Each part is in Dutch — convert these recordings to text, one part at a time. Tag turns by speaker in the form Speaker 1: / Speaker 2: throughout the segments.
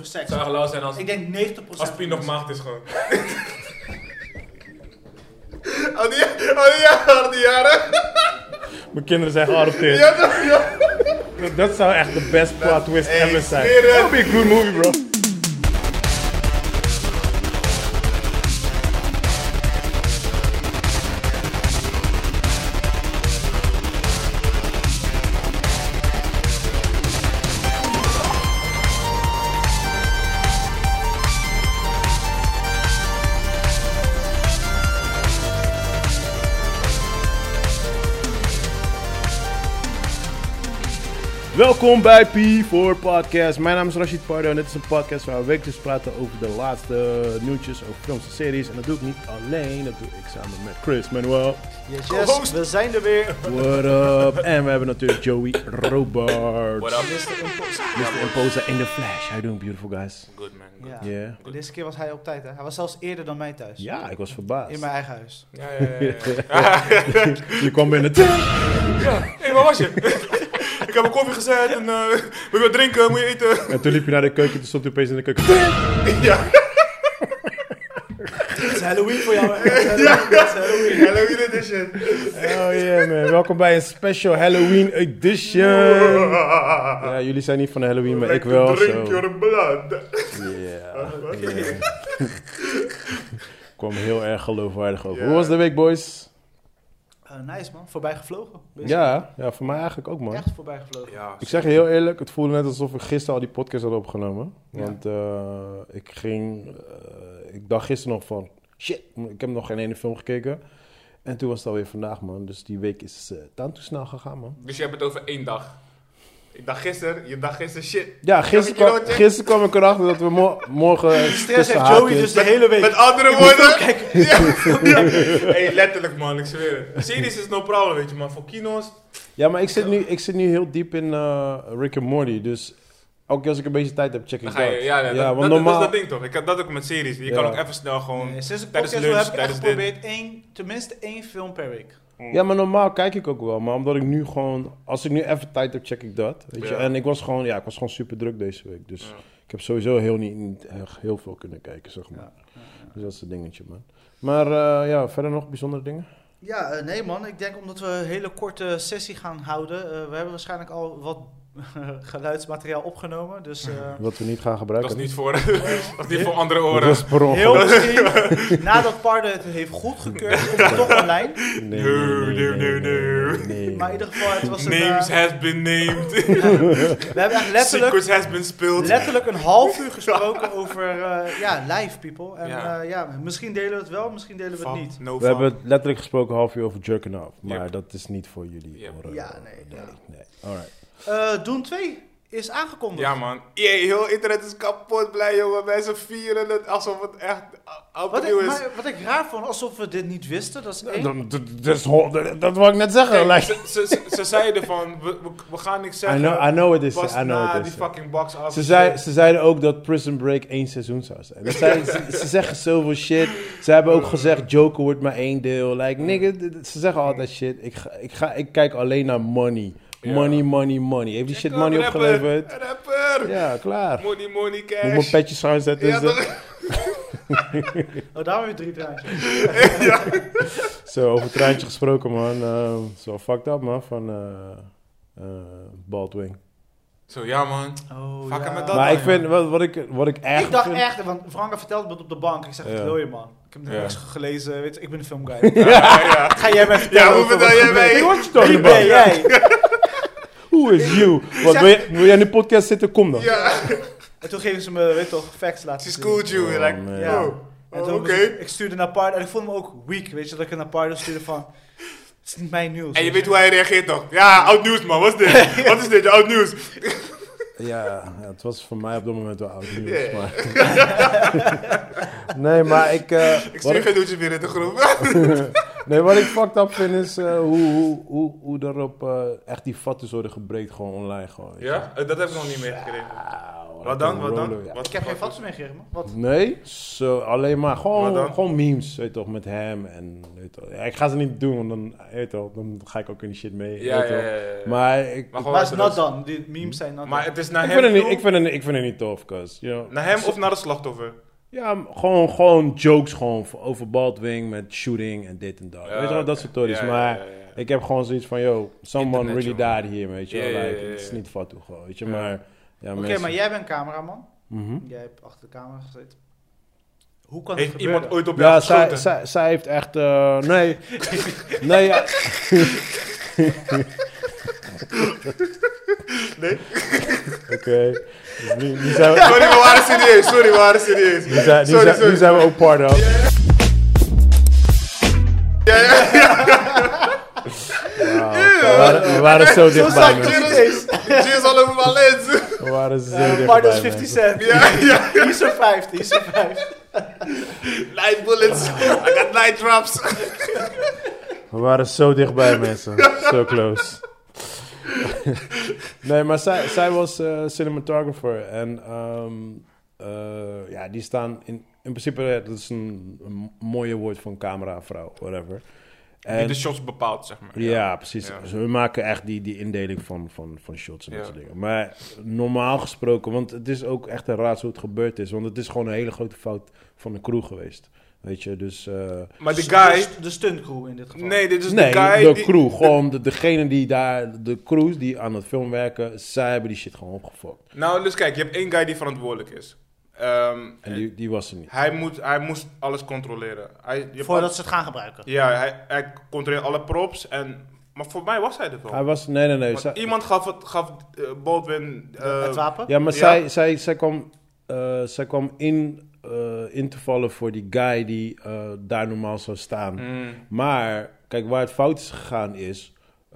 Speaker 1: seks.
Speaker 2: Zou gelauw zijn
Speaker 1: Ik denk 90%.
Speaker 2: als Pien nog maagd is gewoon.
Speaker 3: Al die jaren.
Speaker 4: Mijn kinderen zijn geadopteerd.
Speaker 3: Ja, toch? Ja.
Speaker 4: Dat zou echt de best plot twist ever zijn.
Speaker 3: zweer het.
Speaker 4: Dat would be a good movie, bro. Welkom bij P4 Podcast. Mijn naam is Rashid Pardo en dit is een podcast waar we wekelijks praten over de laatste nieuwtjes over films en series. En dat doe ik niet alleen, dat doe ik samen met Chris Manuel.
Speaker 1: Yes, we zijn er weer.
Speaker 4: What up? En we hebben natuurlijk Joey Robert.
Speaker 2: What up?
Speaker 4: Mr. Imposer in the flash. How you doing, beautiful guys?
Speaker 2: Good man. Good.
Speaker 1: Ja.
Speaker 4: Yeah.
Speaker 1: De eerste keer was hij op tijd, hè? Hij was zelfs eerder dan mij thuis.
Speaker 4: Ja, ik was verbaasd.
Speaker 1: In mijn eigen huis.
Speaker 2: Ja.
Speaker 4: Je kwam binnen.
Speaker 2: Hé, waar was je? Ik heb een koffie gezet en wil je wat drinken, moet je eten?
Speaker 4: En toen liep je naar de keuken, toen stond hij opeens in de keuken.
Speaker 2: Ja.
Speaker 1: Het is Halloween voor jou, hè? Het is Halloween.
Speaker 3: Halloween edition.
Speaker 4: Oh yeah man, welkom bij een special Halloween edition. Ja, jullie zijn niet van de Halloween, maar ik wel.
Speaker 3: Drink
Speaker 4: So.
Speaker 3: your blood.
Speaker 4: Yeah. Kwam heel erg geloofwaardig over. Hoe was de week, boys?
Speaker 1: Nice, man. Voorbij gevlogen.
Speaker 4: Ja, voor mij eigenlijk ook, man.
Speaker 1: Echt voorbij gevlogen.
Speaker 2: Ja.
Speaker 4: Ik zeg je heel eerlijk, het voelde net alsof ik gisteren al die podcast had opgenomen.
Speaker 1: Ja.
Speaker 4: Want ik dacht gisteren nog van, shit, ik heb nog geen ene film gekeken. En toen was het alweer vandaag, man. Dus die week is te snel gegaan, man.
Speaker 2: Dus je hebt het over 1 dag.
Speaker 3: Ik dacht gisteren, je dacht gisteren shit.
Speaker 4: Ja, gisteren kwam ik erachter dat we morgen...
Speaker 1: Stress heeft Joey dus de hele week.
Speaker 3: Met andere woorden.
Speaker 2: Ja. Hey, letterlijk man, ik zweer het. Series is no problem, weet je man. Voor kino's.
Speaker 4: Ja, maar ik zit nu heel diep in Rick and Morty. Dus elke keer als ik een beetje tijd heb, check ik
Speaker 2: Dan ga je,
Speaker 4: dat.
Speaker 2: ja,
Speaker 4: want
Speaker 2: dat
Speaker 4: normaal...
Speaker 2: is dat ding toch. Ik heb dat ook met series. Je kan ook even snel gewoon
Speaker 1: Nee, sinds ik
Speaker 2: tijdens
Speaker 1: podcast wil,
Speaker 2: lunch,
Speaker 1: heb ik echt
Speaker 2: tijdens dit.
Speaker 1: geprobeerd tenminste 1 film per week.
Speaker 4: Ja, maar normaal kijk ik ook wel. Maar omdat ik nu gewoon... Als ik nu even tijd heb, check ik dat. Weet je?
Speaker 2: Ja.
Speaker 4: En ik was gewoon super druk deze week. Dus
Speaker 2: Ja.
Speaker 4: ik heb sowieso niet echt heel veel kunnen kijken, zeg maar.
Speaker 1: Ja.
Speaker 4: Dus dat is het dingetje, man. Maar verder nog bijzondere dingen?
Speaker 1: Ja, nee man. Ik denk omdat we een hele korte sessie gaan houden. We hebben waarschijnlijk al wat geluidsmateriaal opgenomen. Dus
Speaker 4: Wat we niet gaan
Speaker 2: Dat
Speaker 4: gebruiken.
Speaker 2: is niet voor, dat is niet voor andere
Speaker 4: Dat
Speaker 2: oren.
Speaker 4: is per ongeluk.
Speaker 1: heel misschien, nadat Pardo het heeft goedgekeurd, komt het toch online.
Speaker 4: Nee.
Speaker 1: Maar in ieder geval, het was een...
Speaker 2: Names has been named.
Speaker 1: we hebben echt
Speaker 2: Secrets has been spilled.
Speaker 1: letterlijk een half uur gesproken over live people. En
Speaker 2: Ja.
Speaker 1: misschien delen we het wel, misschien delen we het niet.
Speaker 2: No
Speaker 4: We hebben het letterlijk gesproken een half uur over jerking off. Maar
Speaker 2: Yep.
Speaker 4: dat is niet voor jullie.
Speaker 2: Yep.
Speaker 4: oren.
Speaker 1: Ja, nee.
Speaker 4: Alright.
Speaker 1: Dune 2 is aangekondigd.
Speaker 2: Ja man. Heel internet is kapot blij jongen. Mensen vieren het alsof het echt opnieuw is.
Speaker 1: Wat ik raar vond, alsof we dit niet wisten, dat is één.
Speaker 4: Dat wou ik net zeggen.
Speaker 2: Kijk,
Speaker 4: Like,
Speaker 2: ze zeiden van, we gaan niks zeggen.
Speaker 4: I know it is.
Speaker 2: Pas
Speaker 4: I know
Speaker 2: na
Speaker 4: it
Speaker 2: die
Speaker 4: is.
Speaker 2: fucking box office.
Speaker 4: Ze zeiden ook dat Prison Break 1 seizoen zou zijn. Ze zeggen zoveel shit. Ze hebben ook gezegd Joker wordt maar 1 deel. Like, nigga, ze zeggen altijd shit. Ik kijk alleen naar money.
Speaker 2: Ja.
Speaker 4: Money. Heeft die shit money opgeleverd?
Speaker 2: Rapper!
Speaker 4: Ja, klaar.
Speaker 2: Money, cash.
Speaker 4: Moet mijn petjes aanzetten.
Speaker 2: Ja,
Speaker 4: dus
Speaker 2: toch?
Speaker 1: Daar hebben we 3 traantjes.
Speaker 4: Zo, over treintje gesproken, man. Zo fucked up, man, van Baldwin.
Speaker 2: Zo, ja man.
Speaker 1: Oh,
Speaker 2: Fuck
Speaker 1: ja.
Speaker 2: hem met dat.
Speaker 4: Maar
Speaker 2: man,
Speaker 4: ik vind,
Speaker 2: joh.
Speaker 4: wat ik echt
Speaker 1: Ik dacht
Speaker 4: vind...
Speaker 1: echt, want Franka vertelde me op de bank. Ik zeg,
Speaker 4: Ja.
Speaker 1: wat wil je man? Ik heb
Speaker 2: Ja.
Speaker 1: niks gelezen, weet je, ik ben een filmguy.
Speaker 2: Ja.
Speaker 1: Ga jij mij vertellen?
Speaker 3: Ja, hoe
Speaker 1: over
Speaker 3: vertel
Speaker 1: wat
Speaker 3: jij mij?
Speaker 1: gebeurt?
Speaker 4: What you talking
Speaker 1: Wie ben
Speaker 4: about?
Speaker 1: jij?
Speaker 4: Who is you? Wat,
Speaker 1: zeg-
Speaker 4: wil jij in de podcast zitten? Kom dan.
Speaker 3: Ja,
Speaker 1: En toen geven ze me, weet toch, facts laten
Speaker 3: she
Speaker 1: zien.
Speaker 3: schooled you.
Speaker 4: Oh,
Speaker 3: Like,
Speaker 4: man.
Speaker 1: Ja.
Speaker 3: oh,
Speaker 1: En toen
Speaker 3: oké.
Speaker 1: ik stuurde naar Pardo en ik voelde me ook weak, weet je, dat ik naar Pardo stuurde van, het is niet mijn nieuws.
Speaker 2: En je weet hoe hij reageert toch? Ja, oud nieuws man, wat is dit? Wat is dit, je oud nieuws?
Speaker 4: Ja, het was voor mij op dat moment wel oud nieuws.
Speaker 3: Ja.
Speaker 4: Maar... nee, maar ik...
Speaker 3: Ik stuur geen doetje meer in de groep.
Speaker 4: wat ik fucked up vind is hoe daarop echt die fattus worden gebreekt gewoon online. Gewoon, weet je.
Speaker 2: Ja, dat heb ik nog niet meegekregen.
Speaker 4: Auw,
Speaker 2: Wat dan? Wat dan?
Speaker 4: Ja.
Speaker 1: Ik heb geen foto's meegekregen, man. Wat?
Speaker 4: Nee, alleen maar
Speaker 2: Wat dan?
Speaker 4: gewoon memes, weet je toch, met hem en weet je toch. Ja, ik ga ze niet doen, want dan, weet je toch, dan ga ik ook in die shit mee.
Speaker 2: Ja,
Speaker 4: weet je
Speaker 2: ja,
Speaker 4: toch.
Speaker 2: ja, ja.
Speaker 4: Maar ik,
Speaker 2: Maar
Speaker 1: Maar het is
Speaker 2: gewoon
Speaker 1: not done. Die memes zijn not
Speaker 2: Maar
Speaker 1: done.
Speaker 2: het is naar
Speaker 4: ik,
Speaker 2: hem
Speaker 4: vind het
Speaker 2: toe?
Speaker 4: niet, ik vind het niet tof, cuz, you know.
Speaker 2: Naar hem of naar de slachtoffer?
Speaker 4: Ja, gewoon jokes gewoon over Baldwin met shooting en dit en dat. Weet je wel, dat soort stories.
Speaker 2: Ja, ja,
Speaker 4: maar
Speaker 2: ja, ja.
Speaker 4: ik heb gewoon zoiets van, yo, someone
Speaker 2: Internet,
Speaker 4: really
Speaker 2: jongen.
Speaker 4: died here, weet je wel.
Speaker 2: Ja, ja,
Speaker 4: Like,
Speaker 2: ja, ja.
Speaker 4: het is niet fatu gewoon, weet je.
Speaker 2: Ja.
Speaker 4: Maar, ja,
Speaker 1: Oké,
Speaker 4: mensen-
Speaker 1: maar jij bent cameraman.
Speaker 4: Mhm.
Speaker 1: Jij hebt achter de camera gezeten. Hoe kan dit
Speaker 2: Heeft
Speaker 1: gebeuren?
Speaker 2: iemand ooit op jou
Speaker 4: Ja,
Speaker 2: geschoten?
Speaker 4: zij heeft echt, nee. Nee, ja.
Speaker 2: Nee?
Speaker 4: Oké. Dus nu zijn we...
Speaker 2: Sorry, we waren serieus. Sorry, we waren serieus.
Speaker 4: Nu zijn we ook part of. Wauw. We waren zo dichtbij, man.
Speaker 2: Cheers all over my lens.
Speaker 4: We waren zo dichtbij,
Speaker 1: Part is
Speaker 4: man.
Speaker 1: 50 cent.
Speaker 2: Ja, ja.
Speaker 1: He survived, he survived.
Speaker 2: Light bullets. I got light drops.
Speaker 4: We waren zo dichtbij, mensen. So close. Nee, maar zij was cinematographer. En ja, die staan in principe, dat is een mooie woord voor een cameravrouw, whatever.
Speaker 2: Die
Speaker 4: En,
Speaker 2: de shots bepaalt, zeg maar.
Speaker 4: ja, precies.
Speaker 2: Ja.
Speaker 4: Dus we maken echt die indeling van shots en
Speaker 2: Ja.
Speaker 4: dat soort dingen. Maar normaal gesproken, want het is ook echt een raadsel hoe het gebeurd is. Want het is gewoon een hele grote fout van de crew geweest. Weet je, dus...
Speaker 2: Maar de guy...
Speaker 1: De stuntcrew in dit geval.
Speaker 2: Nee, dit is
Speaker 4: nee,
Speaker 2: de guy
Speaker 4: de
Speaker 2: die...
Speaker 4: crew. Gewoon degene die daar... De crews die aan het film werken, zij hebben die shit gewoon opgefokt.
Speaker 2: Nou, dus kijk, je hebt één guy die verantwoordelijk is.
Speaker 4: En die was er niet.
Speaker 2: Hij moest alles controleren. Je hebt
Speaker 1: Voordat ze het gaan gebruiken.
Speaker 2: Ja, hij controleerde alle props. Maar voor mij was hij er wel.
Speaker 4: Hij was... Nee.
Speaker 2: Want iemand gaf Baldwin...
Speaker 1: Het wapen?
Speaker 4: Ja, maar
Speaker 2: Ja.
Speaker 4: zij kwam in te vallen voor die guy die daar normaal zou staan. Maar, kijk, waar het fout is gegaan is...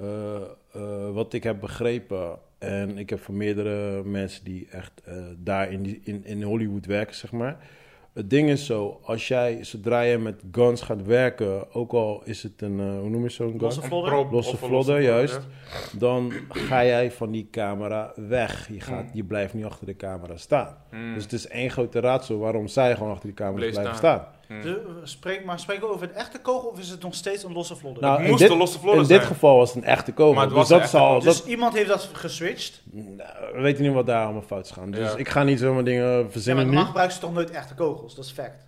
Speaker 4: wat ik heb begrepen... En ik heb van meerdere mensen die echt daar in Hollywood werken, zeg maar. Het ding is zo, zodra je met guns gaat werken... Ook al is het een, hoe noem je zo'n gun?
Speaker 1: Losse vlodder?
Speaker 4: Losse vlodder, juist. Dan ga jij van die camera weg. Je blijft niet achter de camera staan. Dus het is één grote raadsel waarom zij gewoon achter die camera
Speaker 2: Bleef
Speaker 4: blijven
Speaker 2: staan.
Speaker 4: staan.
Speaker 1: Spreken we over een echte kogel of is het nog steeds een losse vlodder?
Speaker 4: Nou,
Speaker 2: moest een losse vlodder
Speaker 4: in dit
Speaker 2: zijn.
Speaker 4: geval was het een echte kogel.
Speaker 2: Maar het
Speaker 4: Dus
Speaker 2: was een
Speaker 4: dat
Speaker 2: echte
Speaker 4: zal...
Speaker 2: kogel.
Speaker 1: Dus iemand heeft dat geswitcht?
Speaker 4: We weten niet wat daar allemaal fout is gaan. Dus
Speaker 2: Ja.
Speaker 4: ik ga niet zomaar dingen
Speaker 1: Ja, maar
Speaker 4: verzinnen
Speaker 1: normaal
Speaker 4: nu.
Speaker 1: gebruiken ze toch nooit echte kogels? Dat is fact.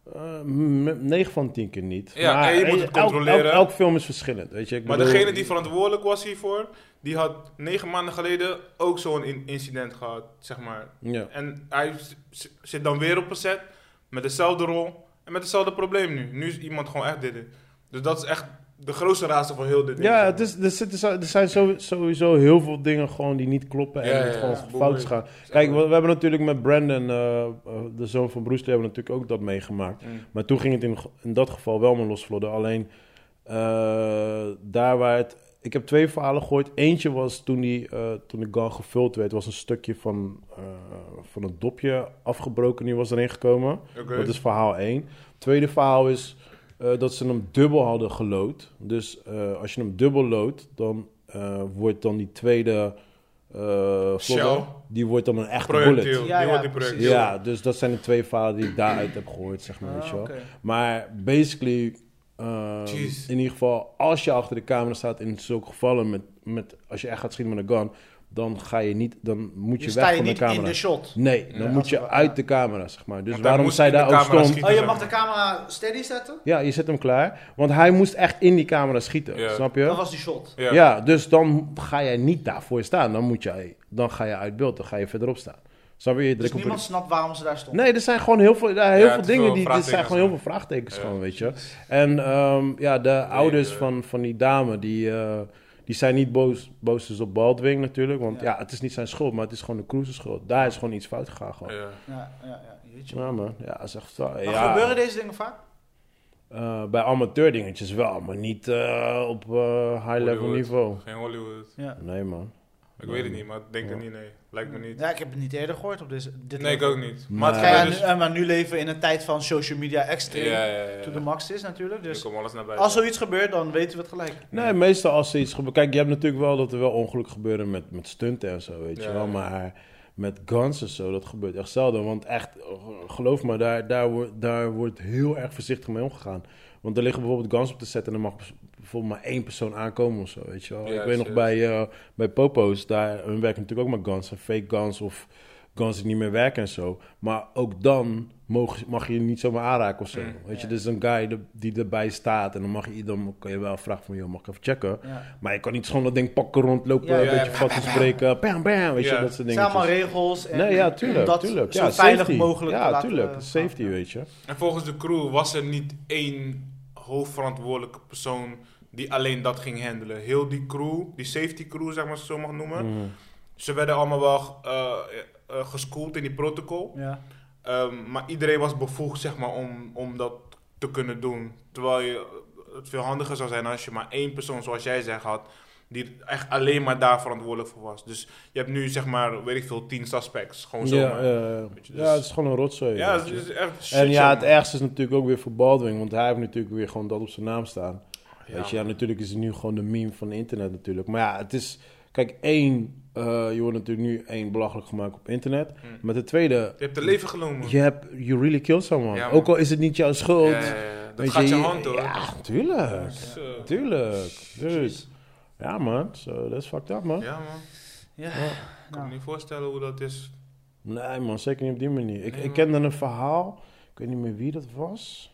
Speaker 4: 9 van 10 keer niet.
Speaker 2: Ja,
Speaker 4: maar
Speaker 2: en je moet het controleren.
Speaker 4: Elk film is verschillend, weet je. Ik
Speaker 2: Maar
Speaker 4: bedoel-
Speaker 2: degene die verantwoordelijk was hiervoor... Die had 9 maanden geleden ook zo'n incident gehad, zeg maar.
Speaker 4: Ja.
Speaker 2: En hij zit dan weer op een set met dezelfde rol en met hetzelfde probleem nu. Nu is iemand gewoon echt dit. Dus dat is echt de grootste raadsel van heel dit ding.
Speaker 4: Ja, er zijn sowieso heel veel dingen gewoon die niet kloppen en
Speaker 2: Ja,
Speaker 4: het
Speaker 2: ja,
Speaker 4: gewoon
Speaker 2: ja.
Speaker 4: fout is gaan. Kijk, we hebben natuurlijk met Brandon, de zoon van Bruce Lee, hebben we natuurlijk ook dat meegemaakt. Maar toen ging het in dat geval wel met los vlodder. Alleen daar waar het... Ik heb 2 verhalen gehoord. Eentje was toen de gun gevuld werd, was een stukje van het dopje afgebroken. Die was erin gekomen.
Speaker 2: Oké.
Speaker 4: Dat is verhaal 1. Tweede verhaal is dat ze hem dubbel hadden geload. Dus als je hem dubbel loadt, dan wordt dan die tweede
Speaker 2: Shell.
Speaker 4: vlodder, die wordt dan een echte
Speaker 2: Projectiel.
Speaker 4: bullet.
Speaker 1: Ja,
Speaker 2: die wordt
Speaker 1: ja,
Speaker 2: die projectiel.
Speaker 4: Ja, dus dat zijn de 2 verhalen die ik daaruit heb gehoord, zeg maar. weet je wel.
Speaker 1: Oké.
Speaker 4: Maar basically,
Speaker 2: Jeez.
Speaker 4: in ieder geval, als je achter de camera staat in zulke gevallen, als je echt gaat schieten met een gun, dan ga je niet, dan moet je
Speaker 1: Je sta
Speaker 4: weg
Speaker 1: je
Speaker 4: van de
Speaker 1: niet in
Speaker 4: camera.
Speaker 1: de shot.
Speaker 4: Nee, dan moet je
Speaker 1: als-
Speaker 4: uit de camera, zeg maar. Dus
Speaker 2: Want hij
Speaker 4: waarom
Speaker 2: moest
Speaker 4: zij
Speaker 2: in de
Speaker 4: daar ook
Speaker 2: camera
Speaker 4: stond...
Speaker 2: schieten.
Speaker 1: Oh, je mag de camera steady zetten?
Speaker 4: Ja, je zet hem klaar. Want hij moest echt in die camera schieten,
Speaker 2: Ja.
Speaker 4: snap je?
Speaker 1: Dat was die shot.
Speaker 4: Ja. Dus dan ga jij niet daarvoor staan. Dan ga je uit beeld, dan ga je verderop staan. Snap je?
Speaker 1: Dus niemand snapt waarom ze daar stonden.
Speaker 4: Nee, er zijn gewoon heel veel,
Speaker 2: het
Speaker 4: veel
Speaker 2: is wel
Speaker 4: dingen die... Er
Speaker 2: vraagtekens,
Speaker 4: zijn gewoon heel
Speaker 2: man.
Speaker 4: veel vraagtekens
Speaker 2: Ja.
Speaker 4: gewoon, weet je. En de ouders van die dame, die zijn niet boos dus op Baldwin natuurlijk. Want
Speaker 1: Ja.
Speaker 4: ja, het is niet zijn schuld, maar het is gewoon de cruise's schuld. Daar is gewoon iets fout gegaan gewoon.
Speaker 2: Ja.
Speaker 1: Ja. Jeetje.
Speaker 4: Ja, man. Ja, dat is echt zo.
Speaker 1: Maar
Speaker 4: Ja,
Speaker 1: gebeuren deze dingen vaak?
Speaker 4: bij amateur dingetjes wel, maar niet op high-level
Speaker 2: Hollywood.
Speaker 4: niveau.
Speaker 2: Geen Hollywood.
Speaker 1: Ja.
Speaker 4: Nee, man.
Speaker 2: Ik weet het niet, maar ik denk het niet, nee. Lijkt me niet.
Speaker 1: Ja, ik heb het niet eerder gehoord op dit
Speaker 2: Nee, ik
Speaker 1: level.
Speaker 2: ook niet.
Speaker 4: Nee.
Speaker 2: Maar het
Speaker 1: Kijk,
Speaker 2: gaat
Speaker 1: en
Speaker 2: dus...
Speaker 1: nu- maar nu leven we in een tijd van social media extreem.
Speaker 2: Ja.
Speaker 1: To the max is natuurlijk.
Speaker 2: Nu
Speaker 1: Dus
Speaker 2: komt alles naar buiten.
Speaker 1: als zoiets gebeurt, dan weten we het gelijk.
Speaker 4: Nee, meestal als er iets gebeurt... Kijk, je hebt natuurlijk wel dat er wel ongeluk gebeuren met stunten en zo, weet je
Speaker 2: Ja,
Speaker 4: wel.
Speaker 2: ja.
Speaker 4: Maar met guns en zo, dat gebeurt echt zelden. Want echt, geloof me, daar wordt heel erg voorzichtig mee omgegaan. Want er liggen bijvoorbeeld guns op te zetten en er mag bijvoorbeeld maar 1 persoon aankomen of zo, weet je wel.
Speaker 2: Ja,
Speaker 4: ik weet nog bij Popo's, hun werken natuurlijk ook met guns en fake guns of guns die niet meer werken en zo. Maar ook dan mag je niet zomaar aanraken of zo. Weet je, er is een guy die erbij staat en dan kan je wel vragen van, joh, mag ik even checken? Ja. Maar je kan niet gewoon dat ding pakken, rondlopen, een beetje vatten spreken, bam, weet je, dat soort dingen.
Speaker 1: Het zijn allemaal regels en
Speaker 4: tuurlijk.
Speaker 1: Zo veilig mogelijk
Speaker 4: te laten. Ja, tuurlijk, safety, weet je.
Speaker 2: En volgens de crew was er niet 1 hoofdverantwoordelijke persoon die alleen dat ging handelen. Heel die crew, die safety crew, zeg maar, als je zo mag noemen. Ze werden allemaal wel geschoold in die protocol. Ja. Maar iedereen was bevoegd, zeg maar, om dat te kunnen doen. Terwijl het veel handiger zou zijn als je maar 1 persoon, zoals jij zegt, had, die echt alleen maar daar verantwoordelijk voor was. Dus je hebt nu, zeg maar, weet ik veel, 10 suspects. Gewoon zo.
Speaker 4: Ja, het is gewoon een rotzooi.
Speaker 2: Ja, het is echt shit.
Speaker 4: En ja, het ergste is natuurlijk ook weer voor Baldwin, want hij heeft natuurlijk weer gewoon dat op zijn naam staan. Weet je, natuurlijk is het nu gewoon de meme van het internet natuurlijk. Maar ja, het is, kijk, je wordt natuurlijk nu 1 belachelijk gemaakt op internet. Maar de tweede...
Speaker 2: Je hebt het leven genomen.
Speaker 4: You really killed someone. Ja, ook al is het niet jouw schuld.
Speaker 2: Ja. Dat gaat je hand door.
Speaker 4: Ja, tuurlijk. Ja, man. So, that's fucked up, man.
Speaker 2: Ja, man.
Speaker 1: Ja.
Speaker 2: Ik kan me niet voorstellen hoe dat is.
Speaker 4: Nee, man. Zeker niet op die manier. Ik kende een verhaal. Ik weet niet meer wie dat was.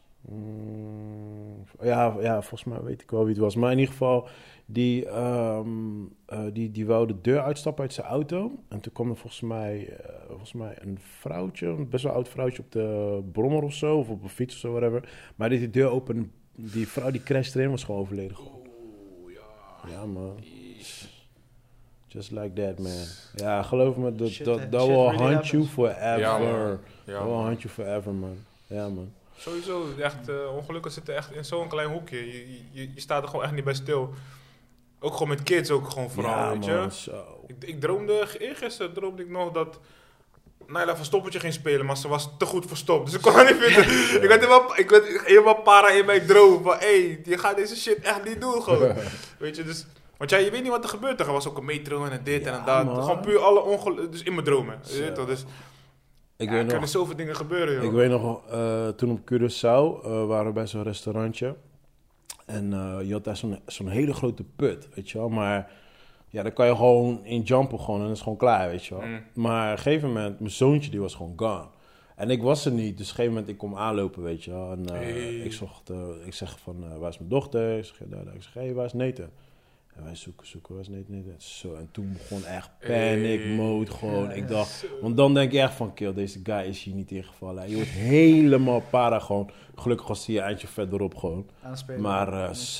Speaker 4: Ja, volgens mij weet ik wel wie het was. Maar in ieder geval, die wou de deur uitstappen uit zijn auto. En toen kwam er volgens mij een vrouwtje, een best wel oud vrouwtje op de brommer of zo. Of op een fiets of zo, whatever. Maar die deur open, die vrouw die crashte erin, was gewoon overleden. Ja, man. Just like that, man. Ja, geloof me, dat will haunt you forever.
Speaker 2: Ja,
Speaker 4: that will haunt you forever, man. Ja, man.
Speaker 2: Sowieso, echt, ongelukken zitten echt in zo'n klein hoekje. Je staat er gewoon echt niet bij stil. Ook gewoon met kids, ook gewoon vooral, weet je.
Speaker 4: Man, zo.
Speaker 2: Ik droomde, eergisteren droomde ik nog dat Naila Verstoppertje ging spelen, maar ze was te goed verstopt. Dus ik kon haar niet vinden. Ik werd helemaal para in mijn droom. Van, je gaat deze shit echt niet doen, gewoon. Weet je, dus... Want je weet niet wat er gebeurt. Er was ook een metro en dit en dat.
Speaker 4: Man.
Speaker 2: Gewoon puur alle ongelukken. Dus in mijn dromen. Dus...
Speaker 4: Er
Speaker 2: kunnen zoveel dingen gebeuren, joh.
Speaker 4: Ik weet nog, toen op Curaçao waren we bij zo'n restaurantje. En je had daar zo'n hele grote put, weet je wel. Maar ja, daar kan je gewoon in jumpen gewoon en dat is gewoon klaar, weet je wel. Maar op een gegeven moment, mijn zoontje die was gewoon gone. En ik was er niet, dus op een gegeven moment, ik kom aanlopen, weet je wel. En ik zeg van, waar is mijn dochter? Ik zeg, hey, waar is Nathan? En wij zoeken, was niet. Zo, en toen begon echt panic mode gewoon. Ik dacht, want dan denk je echt van, kill, deze guy is hier niet ingevallen. Je wordt helemaal para gewoon. Gelukkig was hij een eindje verderop gewoon. Maar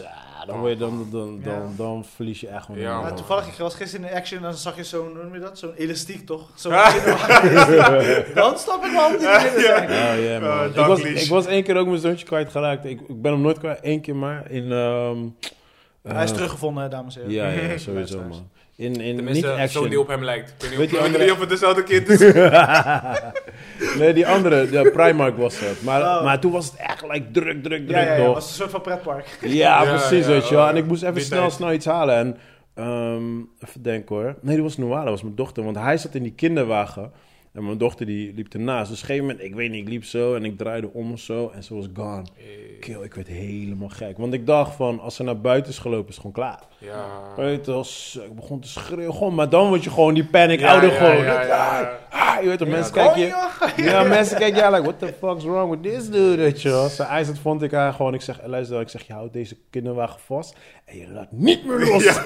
Speaker 4: dan verlies je echt gewoon.
Speaker 1: Ja, maar toevallig, ik was gisteren in de Action en dan zag je zo'n, hoe noem je dat? Zo'n elastiek toch? Dan stap ik wel op die
Speaker 4: ik was 1 keer ook mijn zoontje kwijtgeraakt. Ik ben hem nooit kwijt, 1 keer maar in...
Speaker 1: hij is teruggevonden, dames en heren.
Speaker 4: Ja, sowieso, man.
Speaker 2: Tenminste, zo'n die op hem lijkt. Ik
Speaker 3: weet niet of het dezelfde kind is.
Speaker 4: Nee, die andere, de Primark was het. Maar toen was het echt like, druk, toch?
Speaker 1: Ja, het was een soort van pretpark.
Speaker 4: Ja, precies, weet je wel. En ik moest even snel iets halen. En even denken hoor. Nee, dat was Noala, dat was mijn dochter. Want hij zat in die kinderwagen. En mijn dochter die liep ernaast. Dus op een gegeven moment, ik weet niet, ik liep zo en ik draaide om of zo. En ze was gone. Kill, ik werd helemaal gek. Want ik dacht van, als ze naar buiten is gelopen, is het gewoon klaar.
Speaker 2: Ja.
Speaker 4: Weet je, ik begon te schreeuwen. Gewoon, maar dan word je gewoon die panic ouder gewoon. Je weet toch, mensen kijken je. Ja, mensen kijken je like, what the fuck's wrong with this dude? Weet je wel. Zo ijzerd vond ik haar gewoon. Ik zeg, luister, je houdt deze kinderwagen vast. En je laat niet meer los. Ja.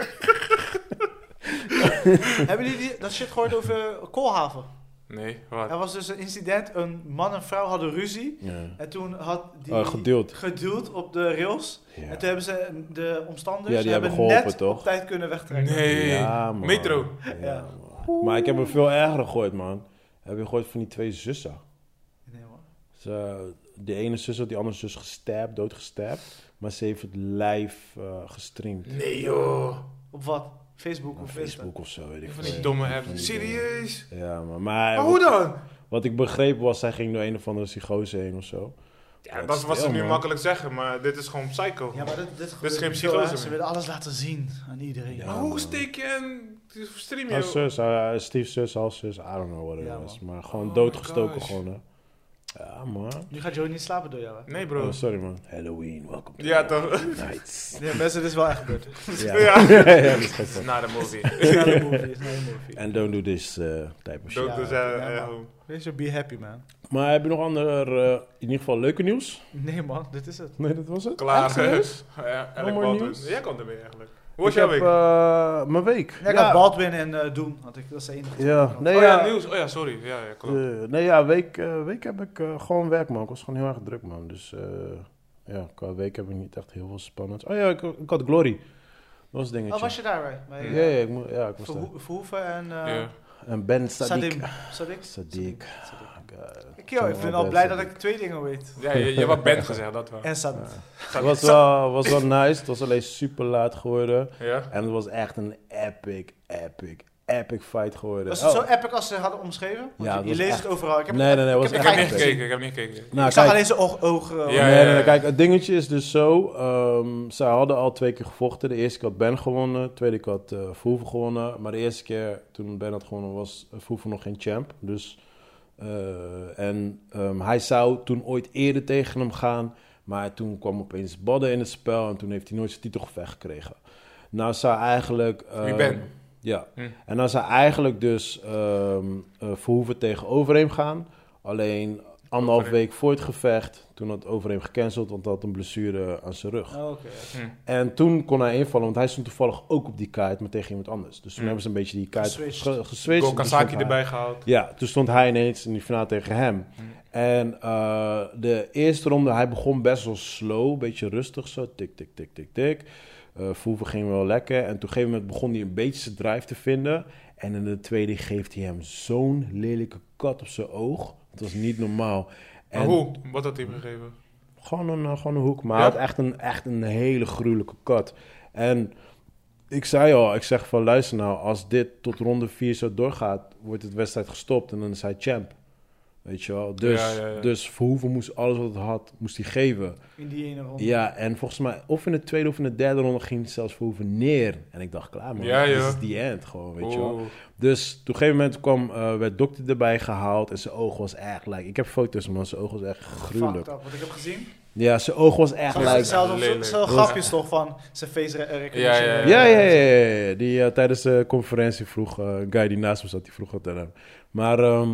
Speaker 1: Hebben jullie dat shit gehoord over Koolhaven?
Speaker 2: Nee, wat?
Speaker 1: Er was dus een incident, een man en vrouw hadden ruzie. Ja. En toen had die geduwd op de rails. Ja. En toen hebben ze de omstanders
Speaker 4: die hebben
Speaker 1: geholpen,
Speaker 4: net toch?
Speaker 1: Op tijd kunnen wegtrekken.
Speaker 2: Nee,
Speaker 4: ja, man.
Speaker 2: Metro.
Speaker 4: Ja, maar ik heb een veel erger gehoord, man. Heb je gehoord van die 2 zussen?
Speaker 1: Nee, man.
Speaker 4: De ene zus had die andere zus doodgestapt. Maar ze heeft het live gestreamd.
Speaker 2: Nee, joh.
Speaker 1: Op wat? Facebook
Speaker 4: of zo, weet ik
Speaker 2: van die domme app. Serieus?
Speaker 4: Ja, maar
Speaker 2: hoe dan?
Speaker 4: Wat ik begreep was, zij ging door een of andere psychose heen of zo.
Speaker 2: Ja, dat is wat ze nu makkelijk zeggen, maar dit is gewoon psycho.
Speaker 1: Ja, maar dit
Speaker 2: is geen psychose.
Speaker 1: Ze willen alles laten zien aan iedereen.
Speaker 2: Ja, maar hoe steek je en stream je?
Speaker 4: Als zus, Steve zus, als zus, I don't know what it was. Maar gewoon doodgestoken gewoon, hè. Ja, man.
Speaker 1: Nu gaat Joey niet slapen door jou, hè?
Speaker 2: Nee, bro.
Speaker 4: Oh, sorry, man. Halloween, welkom.
Speaker 2: Ja, toch?
Speaker 4: Nights.
Speaker 1: Ja, mensen, dit is wel echt gebeurd.
Speaker 4: Ja, dat is geen
Speaker 2: It's not a movie.
Speaker 1: It's not a movie.
Speaker 4: And don't do this type of shit.
Speaker 2: Don't do that.
Speaker 1: Wees zo be happy, man.
Speaker 4: Maar heb je nog andere, in ieder geval leuke nieuws?
Speaker 1: Nee, man, dit is het.
Speaker 4: Nee, dat was het?
Speaker 2: Klaar.
Speaker 4: Echt, serieus?
Speaker 2: Ja,
Speaker 4: No more nieuws?
Speaker 2: Jij komt ermee eigenlijk. Hoe was jouw week?
Speaker 4: Mijn week.
Speaker 1: Ja, ik had Baldwin en Doen. Dat is de enige.
Speaker 4: Ja, nee,
Speaker 2: Oh ja, nieuws. Oh ja, sorry. Ja, klopt.
Speaker 4: week heb ik gewoon werk, man. Ik was gewoon heel erg druk, man. Dus ja, qua week heb ik niet echt heel veel spannends. Oh ja, ik had Glory. Dat was een dingetje.
Speaker 1: Oh, was je daar, bij?
Speaker 4: Ja, ik was daar.
Speaker 1: Verhoeven en...
Speaker 4: En Ben Sadiq.
Speaker 1: Sadiq.
Speaker 4: Ik
Speaker 1: vind al blij dat ik 2 dingen weet.
Speaker 2: Ja, je hebt Ben gezegd, dat wel.
Speaker 1: En Sad.
Speaker 4: Het was wel nice. Het was alleen super laat geworden.
Speaker 2: Ja?
Speaker 4: En het was echt een epic fight geworden.
Speaker 1: Was het zo epic als ze hadden omschreven? Want
Speaker 4: Ja,
Speaker 1: je leest het overal. Ik heb
Speaker 4: was
Speaker 2: Ik
Speaker 4: echt
Speaker 2: heb niet
Speaker 4: epic.
Speaker 2: gekeken, ik heb niet gekeken.
Speaker 4: Nou,
Speaker 1: ik zag alleen zijn ogen.
Speaker 2: Ja.
Speaker 4: Kijk, het dingetje is dus zo. Zij hadden al 2 keer gevochten. De eerste keer had Ben gewonnen. De tweede keer had Verhoeven gewonnen. Maar de eerste keer toen Ben had gewonnen was Verhoeven nog geen champ. Dus, hij zou toen ooit eerder tegen hem gaan. Maar toen kwam opeens Badden in het spel. En toen heeft hij nooit zijn titelgevecht gekregen. Nou zou eigenlijk...
Speaker 2: Wie Ben?
Speaker 4: Ja. En dan zou eigenlijk dus Verhoeven tegen Overeem gaan. Alleen 1,5 week voor het gevecht, toen had Overeem gecanceld, want hij had een blessure aan zijn rug.
Speaker 1: Oh, okay.
Speaker 4: En toen kon hij invallen, want hij stond toevallig ook op die kaart, maar tegen iemand anders. Dus toen hebben ze een beetje die kaart geswitcht.
Speaker 2: Gokasaki erbij gehaald.
Speaker 4: Ja, toen stond hij ineens in die finale tegen hem. En de eerste ronde, hij begon best wel slow, een beetje rustig zo, tik. Verhoeven ging wel lekker. En toen op een gegeven moment begon hij een beetje zijn drive te vinden. En in de tweede geeft hij hem zo'n lelijke kat op zijn oog. Het was niet normaal. En
Speaker 2: maar hoe? Wat had hij hem gegeven?
Speaker 4: Gewoon een hoek. Maar hij had echt een hele gruwelijke kat. En ik zeg van luister nou, als dit tot ronde 4 zo doorgaat, wordt het wedstrijd gestopt en dan is hij champ. Weet je wel? Dus Verhoeven moest alles wat hij had, moest hij geven.
Speaker 1: In die ene ronde.
Speaker 4: Ja, en volgens mij of in de tweede of in de derde ronde ging hij zelfs Verhoeven neer. En ik dacht, klaar man, dit is the end gewoon, weet je wel. Dus op een gegeven moment werd dokter erbij gehaald en zijn oog was echt ik heb foto's man, zijn oog was echt gruwelijk.
Speaker 1: Wat ik heb gezien.
Speaker 4: Ja, zijn oog was echt
Speaker 1: Zo'n grapjes toch van zijn face recognition.
Speaker 4: Ja. Die tijdens de conferentie vroeg, een guy die naast me zat, die vroeg wat aan hem. Maar...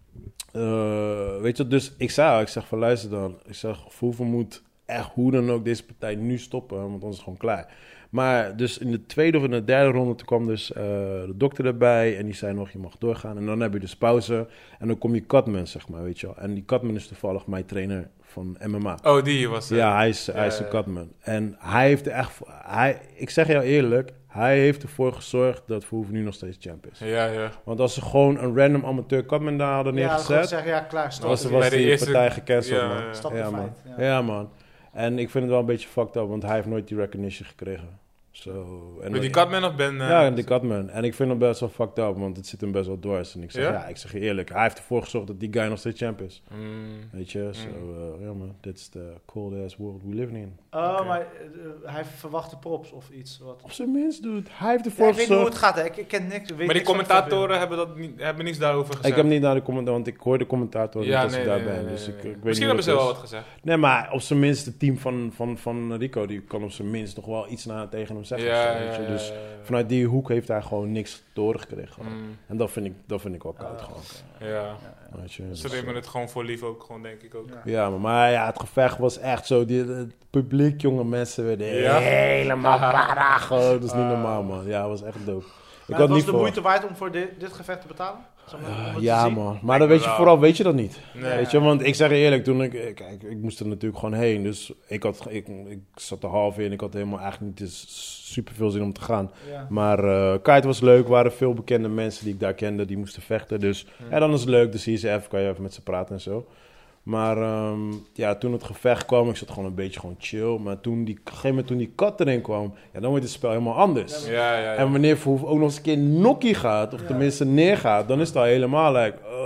Speaker 4: weet je, dus ik zeg van luister dan. Ik zeg, Verhoeven moet echt hoe dan ook deze partij nu stoppen, want anders is het gewoon klaar. Maar dus in de tweede of in de derde ronde toen kwam dus de dokter erbij en die zei nog, je mag doorgaan. En dan heb je dus pauze en dan kom je Cutman, zeg maar, weet je wel. En die Cutman is toevallig mijn trainer van MMA.
Speaker 2: Oh, die was het.
Speaker 4: Ja, hij is een Cutman. En hij heeft er echt... ik zeg jou eerlijk, hij heeft ervoor gezorgd dat Verhoeven nu nog steeds champ is.
Speaker 2: Ja.
Speaker 4: Want als ze gewoon een random amateur Cutman daar hadden neergezet...
Speaker 1: klaar, stop.
Speaker 4: Was die partij gecanceld, man.
Speaker 1: Stop de fight.
Speaker 4: Ja, man. En ik vind het wel een beetje fucked up, want hij heeft nooit die recognition gekregen.
Speaker 2: Met die Cutman of Ben?
Speaker 4: Ja, die Cutman. En ik vind hem best wel fucked up, want het zit hem best wel dwars. En ik zeg, ik zeg je eerlijk, hij heeft ervoor gezorgd dat die guy nog steeds champ is. Weet je, ja man, that's the cold ass world we live in.
Speaker 1: Oh, maar hij verwacht de props of iets. Wat?
Speaker 4: Op zijn minst, dude. Hij heeft ervoor gezorgd.
Speaker 1: Ik weet niet hoe het gaat, hè. Ik ken niks.
Speaker 2: Maar die commentatoren hebben niets daarover gezegd.
Speaker 4: Ik heb niet naar de commentaar, want ik hoor de commentatoren niet als ik daar ben. Dus ik weet
Speaker 2: misschien hebben ze wel wat gezegd.
Speaker 4: Nee, maar op zijn minst het team van Rico, die kan op zijn minst nog wel iets tegen hem zeggen. Dus vanuit die hoek heeft hij gewoon niks doorgekregen. En dat vind ik wel koud gewoon.
Speaker 2: Ja.
Speaker 4: Weet je,
Speaker 2: ze nemen het gewoon voor lief ook, gewoon denk ik ook.
Speaker 4: Ja, maar ja, het gevecht was echt zo. Het publiek, jonge mensen werden helemaal paraag. Dat is niet normaal, man. Ja, het was echt dope.
Speaker 1: Maar was de moeite waard om voor dit gevecht te betalen?
Speaker 4: Ja, man. Maar dan weet je weet je dat niet. Nee. Weet je, want ik zeg je eerlijk, toen ik moest er natuurlijk gewoon heen. Dus ik zat er half in. Ik had helemaal eigenlijk niet super veel zin om te gaan. Ja. Maar kite was leuk. Er waren veel bekende mensen die ik daar kende, die moesten vechten. Dus dan is het leuk. Dus zie je ze even, kan je even met ze praten en zo. Maar toen het gevecht kwam, ik zat gewoon een beetje chill. Maar toen die kat erin kwam, dan wordt het spel helemaal anders. En wanneer Verhoeven ook nog eens een keer nokkie gaat, of tenminste neergaat, dan is het al helemaal oh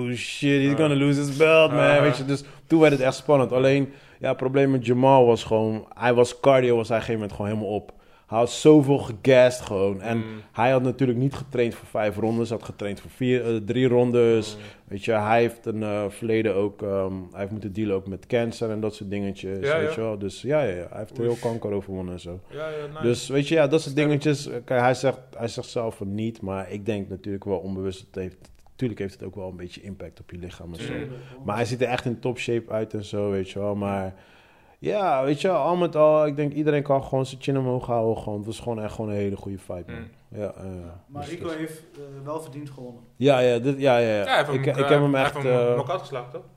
Speaker 4: oh shit, he's gonna lose his belt, man. Weet je, dus toen werd het echt spannend. Alleen, ja, het probleem met Jamal was gewoon, cardio was hij op een gegeven moment gewoon helemaal op. Hij had zoveel gegast gewoon. En hij had natuurlijk niet getraind voor 5 rondes. Hij had getraind voor 3 rondes. Weet je, hij heeft een verleden ook... hij heeft moeten dealen ook met cancer en dat soort dingetjes. Weet je wel. Dus ja, hij heeft heel kanker overwonnen en zo.
Speaker 2: Ja, nice.
Speaker 4: Dus weet je, dat soort dingetjes... Kijk, hij zegt zelf van niet. Maar ik denk natuurlijk wel onbewust... Natuurlijk heeft het ook wel een beetje impact op je lichaam en zo. Maar hij ziet er echt in top shape uit en zo, weet je wel. Maar... Ja, weet je, al met al, ik denk iedereen kan gewoon zijn chin omhoog houden. Gewoon. Het was gewoon echt gewoon een hele goede fight, man. Ja,
Speaker 1: maar
Speaker 4: dus
Speaker 1: Rico heeft wel verdiend gewonnen.
Speaker 4: Ja. Ik heb hem echt...
Speaker 2: Hij heeft hem knock-out geslagen, toch?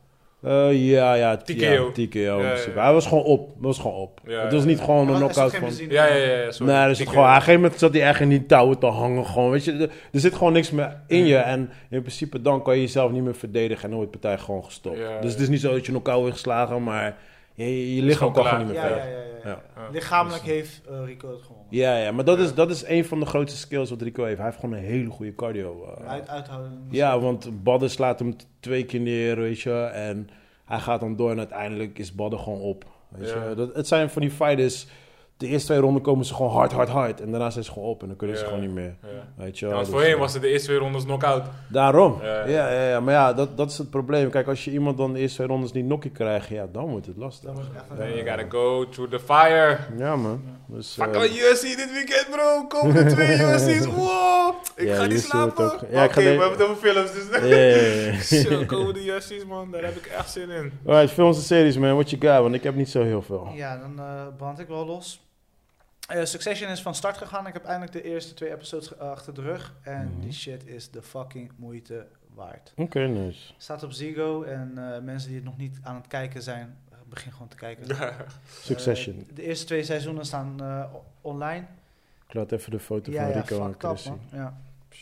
Speaker 4: TKO. Hij was gewoon op. Ja, het was niet gewoon een knockout van...
Speaker 2: Sorry.
Speaker 4: Nee, dus gewoon, op een gegeven moment zat hij echt in die touwen te hangen. Gewoon, weet je, er zit gewoon niks meer in je. En in principe dan kan je jezelf niet meer verdedigen. En dan wordt de partij gewoon gestopt. Dus het is niet zo dat je knock-out wordt geslagen, maar... Je lichaam kan gewoon niet meer verder.
Speaker 1: Ja. Lichamelijk heeft Rico het gewonnen.
Speaker 4: Ja, maar dat is een van de grootste skills wat Rico heeft. Hij heeft gewoon een hele goede cardio.
Speaker 1: Uithouden.
Speaker 4: Ja, want Badden slaat hem 2 keer neer, weet je. En hij gaat dan door en uiteindelijk is Badden gewoon op. Weet je. Het zijn van die fighters... De eerste 2 ronden komen ze gewoon hard. En daarna zijn ze gewoon op en dan kunnen ze gewoon niet meer. Weet je wel.
Speaker 2: Want voorheen was het de eerste 2 rondes knock-out.
Speaker 4: Daarom. Ja. Maar ja, dat is het probleem. Kijk, als je iemand dan de eerste 2 rondes niet knockie krijgt, ja, dan wordt het lastig.
Speaker 2: You gotta go through the fire.
Speaker 4: Ja, man. Dus,
Speaker 2: fuck UFC dit weekend, bro. Komende 2 UFC's. Wow. Ik ga niet slapen. Oké, we hebben het over films, dus... Ja. Komende UFC's, man. Daar heb ik echt zin in.
Speaker 4: Alright, films en series, man. What you got? Want ik heb niet zo heel veel.
Speaker 1: Ja, dan brand ik wel los. Succession is van start gegaan. Ik heb eindelijk de eerste 2 episodes achter de rug. En die shit is de fucking moeite waard.
Speaker 4: Oké, nice.
Speaker 1: Staat op Ziggo. En mensen die het nog niet aan het kijken zijn, begin gewoon te kijken.
Speaker 4: Succession.
Speaker 1: De eerste 2 seizoenen staan online.
Speaker 4: Ik laat even de foto van Rico en Chris zien.
Speaker 1: Ja,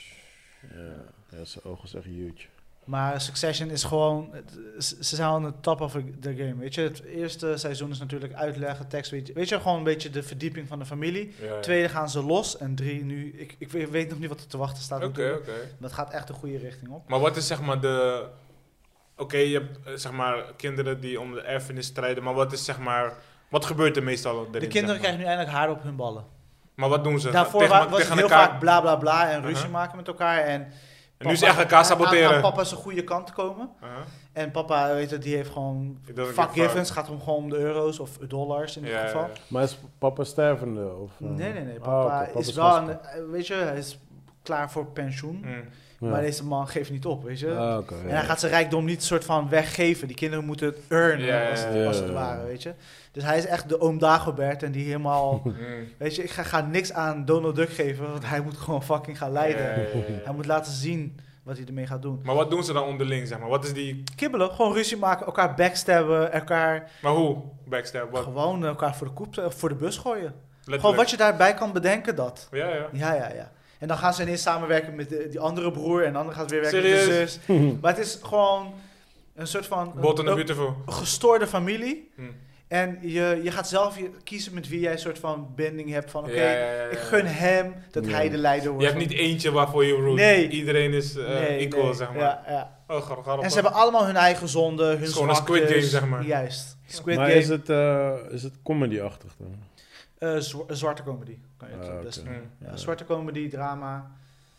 Speaker 4: zijn ogen zijn huge.
Speaker 1: Maar Succession is gewoon... Ze zijn aan de top of the game, weet je. Het eerste seizoen is natuurlijk uitleggen, tekst, weet je, gewoon een beetje de verdieping van de familie. Tweede gaan ze los en 3 nu... Ik weet nog niet wat er te wachten staat.
Speaker 2: Oké.
Speaker 1: Dat gaat echt de goede richting op.
Speaker 2: Maar wat is zeg maar de... Oké, je hebt zeg maar kinderen die om de erfenis strijden, maar wat is zeg maar... Wat gebeurt er meestal erin?
Speaker 1: De kinderen krijgen nu eindelijk haar op hun ballen.
Speaker 2: Maar wat doen ze?
Speaker 1: Daarvoor was het heel vaak bla bla bla en ruzie maken met elkaar en
Speaker 2: nu is echt elkaar saboteren.
Speaker 1: Aan papa zijn goede kant komen. En papa, weet je, die heeft gewoon fuck givens. Gaat om gewoon om de euro's of dollars in dit geval.
Speaker 4: Ja. Maar is papa stervende? Of,
Speaker 1: Nee. Papa is wel, weet je, hij is klaar voor pensioen. Maar deze man geeft niet op, weet je. En hij gaat zijn rijkdom niet soort van weggeven. Die kinderen moeten het earnen, als het ware, weet je. Dus hij is echt de oom Dagobert en die helemaal... Weet je, ik ga niks aan Donald Duck geven, want hij moet gewoon fucking gaan leiden. Hij moet laten zien wat hij ermee gaat doen.
Speaker 2: Maar wat doen ze dan onderling, zeg maar? Wat is die...
Speaker 1: Kibbelen, gewoon ruzie maken, elkaar backstabben, elkaar...
Speaker 2: Maar hoe backstabben?
Speaker 1: Gewoon elkaar voor de koep, voor de bus gooien.
Speaker 2: Letterlijk.
Speaker 1: Gewoon wat je daarbij kan bedenken, dat.
Speaker 2: Ja.
Speaker 1: En dan gaan ze ineens samenwerken met die andere broer en de andere gaat weer werken met de zus. Maar het is gewoon een soort van... Een gestoorde familie. En je gaat zelf kiezen met wie jij een soort van binding hebt van... Ik gun hem dat hij de leider wordt.
Speaker 2: Je hebt niet eentje waarvoor je root.
Speaker 1: Nee.
Speaker 2: Iedereen is equal, zeg maar.
Speaker 1: Ja.
Speaker 2: Oh, grappig.
Speaker 1: En ze hebben allemaal hun eigen zonde, hun zwaktes.
Speaker 2: Gewoon een Squid Game, zeg maar.
Speaker 1: Juist.
Speaker 4: Squid Game. Is het comedy-achtig dan?
Speaker 1: Zwarte comedy. Kan je het best zwarte comedy, drama.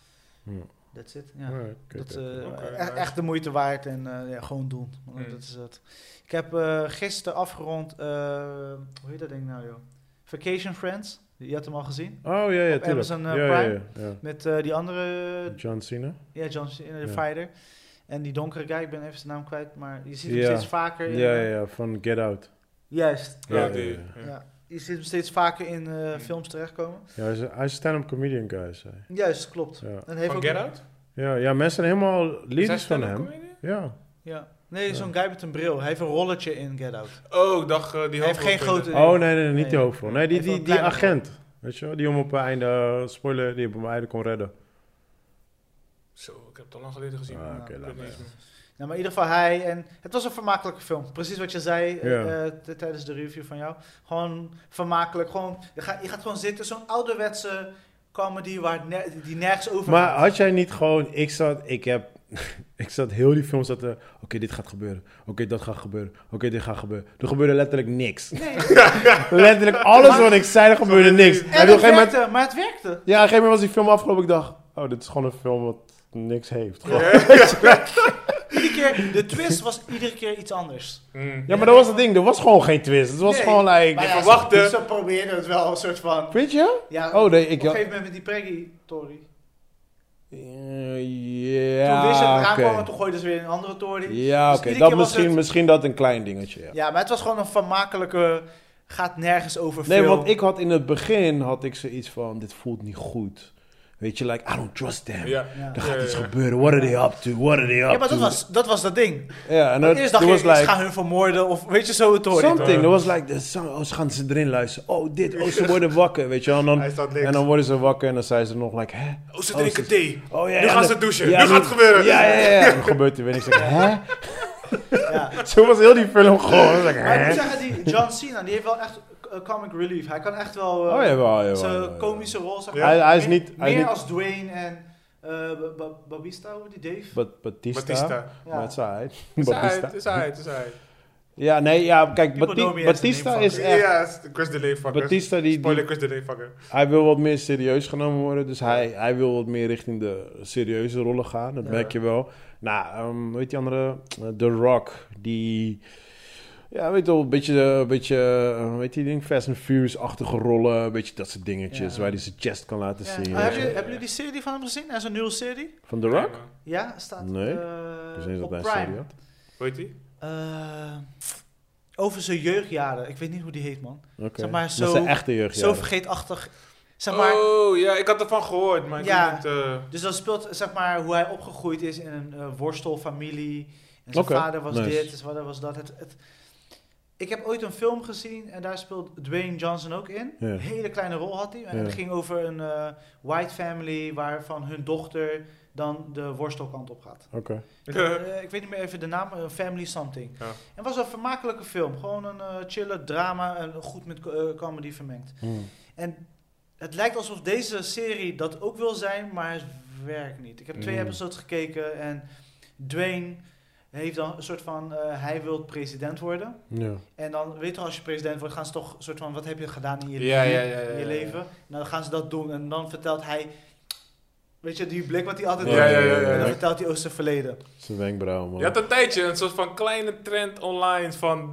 Speaker 1: That's it. Ja. Echt de moeite waard en gewoon doen. Dat is het. Ik heb gisteren afgerond, hoe heet dat ding nou joh? Vacation Friends. Je had hem al gezien?
Speaker 4: Oh ja,
Speaker 1: op Amazon Prime.
Speaker 4: Ja.
Speaker 1: Met die andere...
Speaker 4: John Cena?
Speaker 1: Ja, John Cena, de fighter. En die donkere guy, ik ben even zijn naam kwijt, maar je ziet hem steeds vaker.
Speaker 4: Ja, van Get Out.
Speaker 1: Juist.
Speaker 2: Ja.
Speaker 1: Je ziet hem steeds vaker in films terechtkomen.
Speaker 4: Ja, hij is stand-up comedian guy, zei.
Speaker 1: Juist, klopt.
Speaker 2: Ja. En heeft van Get Out?
Speaker 4: Ja, mensen zijn helemaal liefdes van hem.
Speaker 1: Ja. Nee, zo'n guy met een bril. Hij heeft een rolletje in Get Out.
Speaker 2: Oh, ik dacht die
Speaker 1: hij heeft geen grote...
Speaker 4: nee, niet die hoofdrol. Nee, die agent. Weet je wel, die hem op het einde, spoiler, die op het einde kon redden.
Speaker 2: Zo, ik heb het al lang geleden gezien.
Speaker 1: Maar in ieder geval hij... En het was een vermakelijke film. Precies wat je zei tijdens de review van jou. Gewoon vermakelijk. Gewoon, je gaat gewoon zitten. Zo'n ouderwetse comedy die nergens over
Speaker 4: Maar had jij niet gewoon... ik zat heel die film oké, dit gaat gebeuren. Oké, dat gaat gebeuren. Oké, dit gaat gebeuren. Er gebeurde letterlijk niks. Nee. Letterlijk alles wat ik zei, er gebeurde niks.
Speaker 1: En het werkte, maar het werkte.
Speaker 4: Ja, op een gegeven moment was die film afgelopen. Ik dacht, dit is gewoon een film wat niks heeft.
Speaker 1: Iedere keer, de twist was iedere keer iets anders.
Speaker 4: Ja, maar dat was het ding. Er was gewoon geen twist. Het was gewoon like...
Speaker 1: verwachten. Ze probeerden het wel een soort van...
Speaker 4: Weet je?
Speaker 1: Ja,
Speaker 4: op een
Speaker 1: gegeven moment met die Preggy-tory.
Speaker 4: Ja,
Speaker 1: toen wist je het eraan kwam, toen gooiden ze weer een andere tory.
Speaker 4: Ja,
Speaker 1: dus
Speaker 4: oké. Dat misschien dat een klein dingetje.
Speaker 1: Ja, maar het was gewoon een vermakelijke... Gaat nergens over
Speaker 4: Nee, want ik had in het begin zoiets van... Dit voelt niet goed. Weet je, like, I don't trust them. Ja. Er gaat iets gebeuren. What are they up to?
Speaker 1: Ja, maar dat was dat ding.
Speaker 4: Ja, en
Speaker 1: eerst dacht je, ze gaan hun vermoorden of weet je, zo het hoor.
Speaker 4: Something. Er was like, ze gaan ze erin luisteren. Ze worden wakker, weet je wel. En dan worden ze wakker en dan zijn ze nog like, hè?
Speaker 2: Ze drinken thee.
Speaker 4: Ja,
Speaker 2: nu gaan ze douchen. Nu gaat het gebeuren.
Speaker 4: Ja. Dan gebeurt er weer niks. Hè? Ja. Zo was heel die film gewoon.
Speaker 1: Maar ik moet zeggen, die John Cena, die heeft wel echt comic relief. Hij kan echt wel zijn komische rol zeggen.
Speaker 4: Ja. Hij is niet...
Speaker 1: Meer als Dwayne en Batista, die Dave?
Speaker 4: Batista. Ja, het is hij. Ja, nee, kijk, Batista is echt...
Speaker 2: Ja, Chris D'Elia fucker.
Speaker 4: Batista
Speaker 2: Spoiler, Chris D'Elia fucker.
Speaker 4: Hij wil wat meer serieus genomen worden, dus hij wil wat meer richting de serieuze rollen gaan, dat merk je wel. Nou, weet je die andere? The Rock, die... Ja, weet je wel, een beetje weet je die ding? Fast and Furious-achtige rollen, een beetje dat soort dingetjes, waar hij zijn chest kan laten zien.
Speaker 1: Hebben jullie die serie van hem gezien? Er is een nieuwe serie.
Speaker 4: Van The Rock?
Speaker 1: Ja, staat
Speaker 4: op
Speaker 1: Prime.
Speaker 2: Hoe heet die?
Speaker 1: Over zijn jeugdjaren. Ik weet niet hoe die heet, man.
Speaker 4: Zeg
Speaker 1: maar
Speaker 4: zo, zijn echte jeugdjaren.
Speaker 1: Zo vergeetachtig. Zeg maar,
Speaker 2: ja, ik had ervan gehoord, maar
Speaker 1: dus dat speelt zeg maar hoe hij opgegroeid is in een worstelfamilie. En zijn vader was dit, zijn vader was dat. Ik heb ooit een film gezien en daar speelt Dwayne Johnson ook in.
Speaker 4: Ja.
Speaker 1: Een hele kleine rol had hij. En het ging over een white family waarvan hun dochter dan de worstelkant op gaat. Ik weet niet meer even de naam, Family Something. Ja. En het was een vermakelijke film. Gewoon een chille drama en goed met comedy vermengd. En het lijkt alsof deze serie dat ook wil zijn, maar het werkt niet. Ik heb 2 episodes gekeken en Dwayne heeft dan een soort van, hij wil president worden. Ja. En dan, weet je, als je president wordt, gaan ze toch een soort van, wat heb je gedaan in je leven? Nou, dan gaan ze dat doen en dan vertelt hij, weet je, die blik wat hij altijd doet. En dan vertelt hij over zijn verleden.
Speaker 4: Zijn wenkbrauw, man.
Speaker 2: Je had een tijdje een soort van kleine trend online van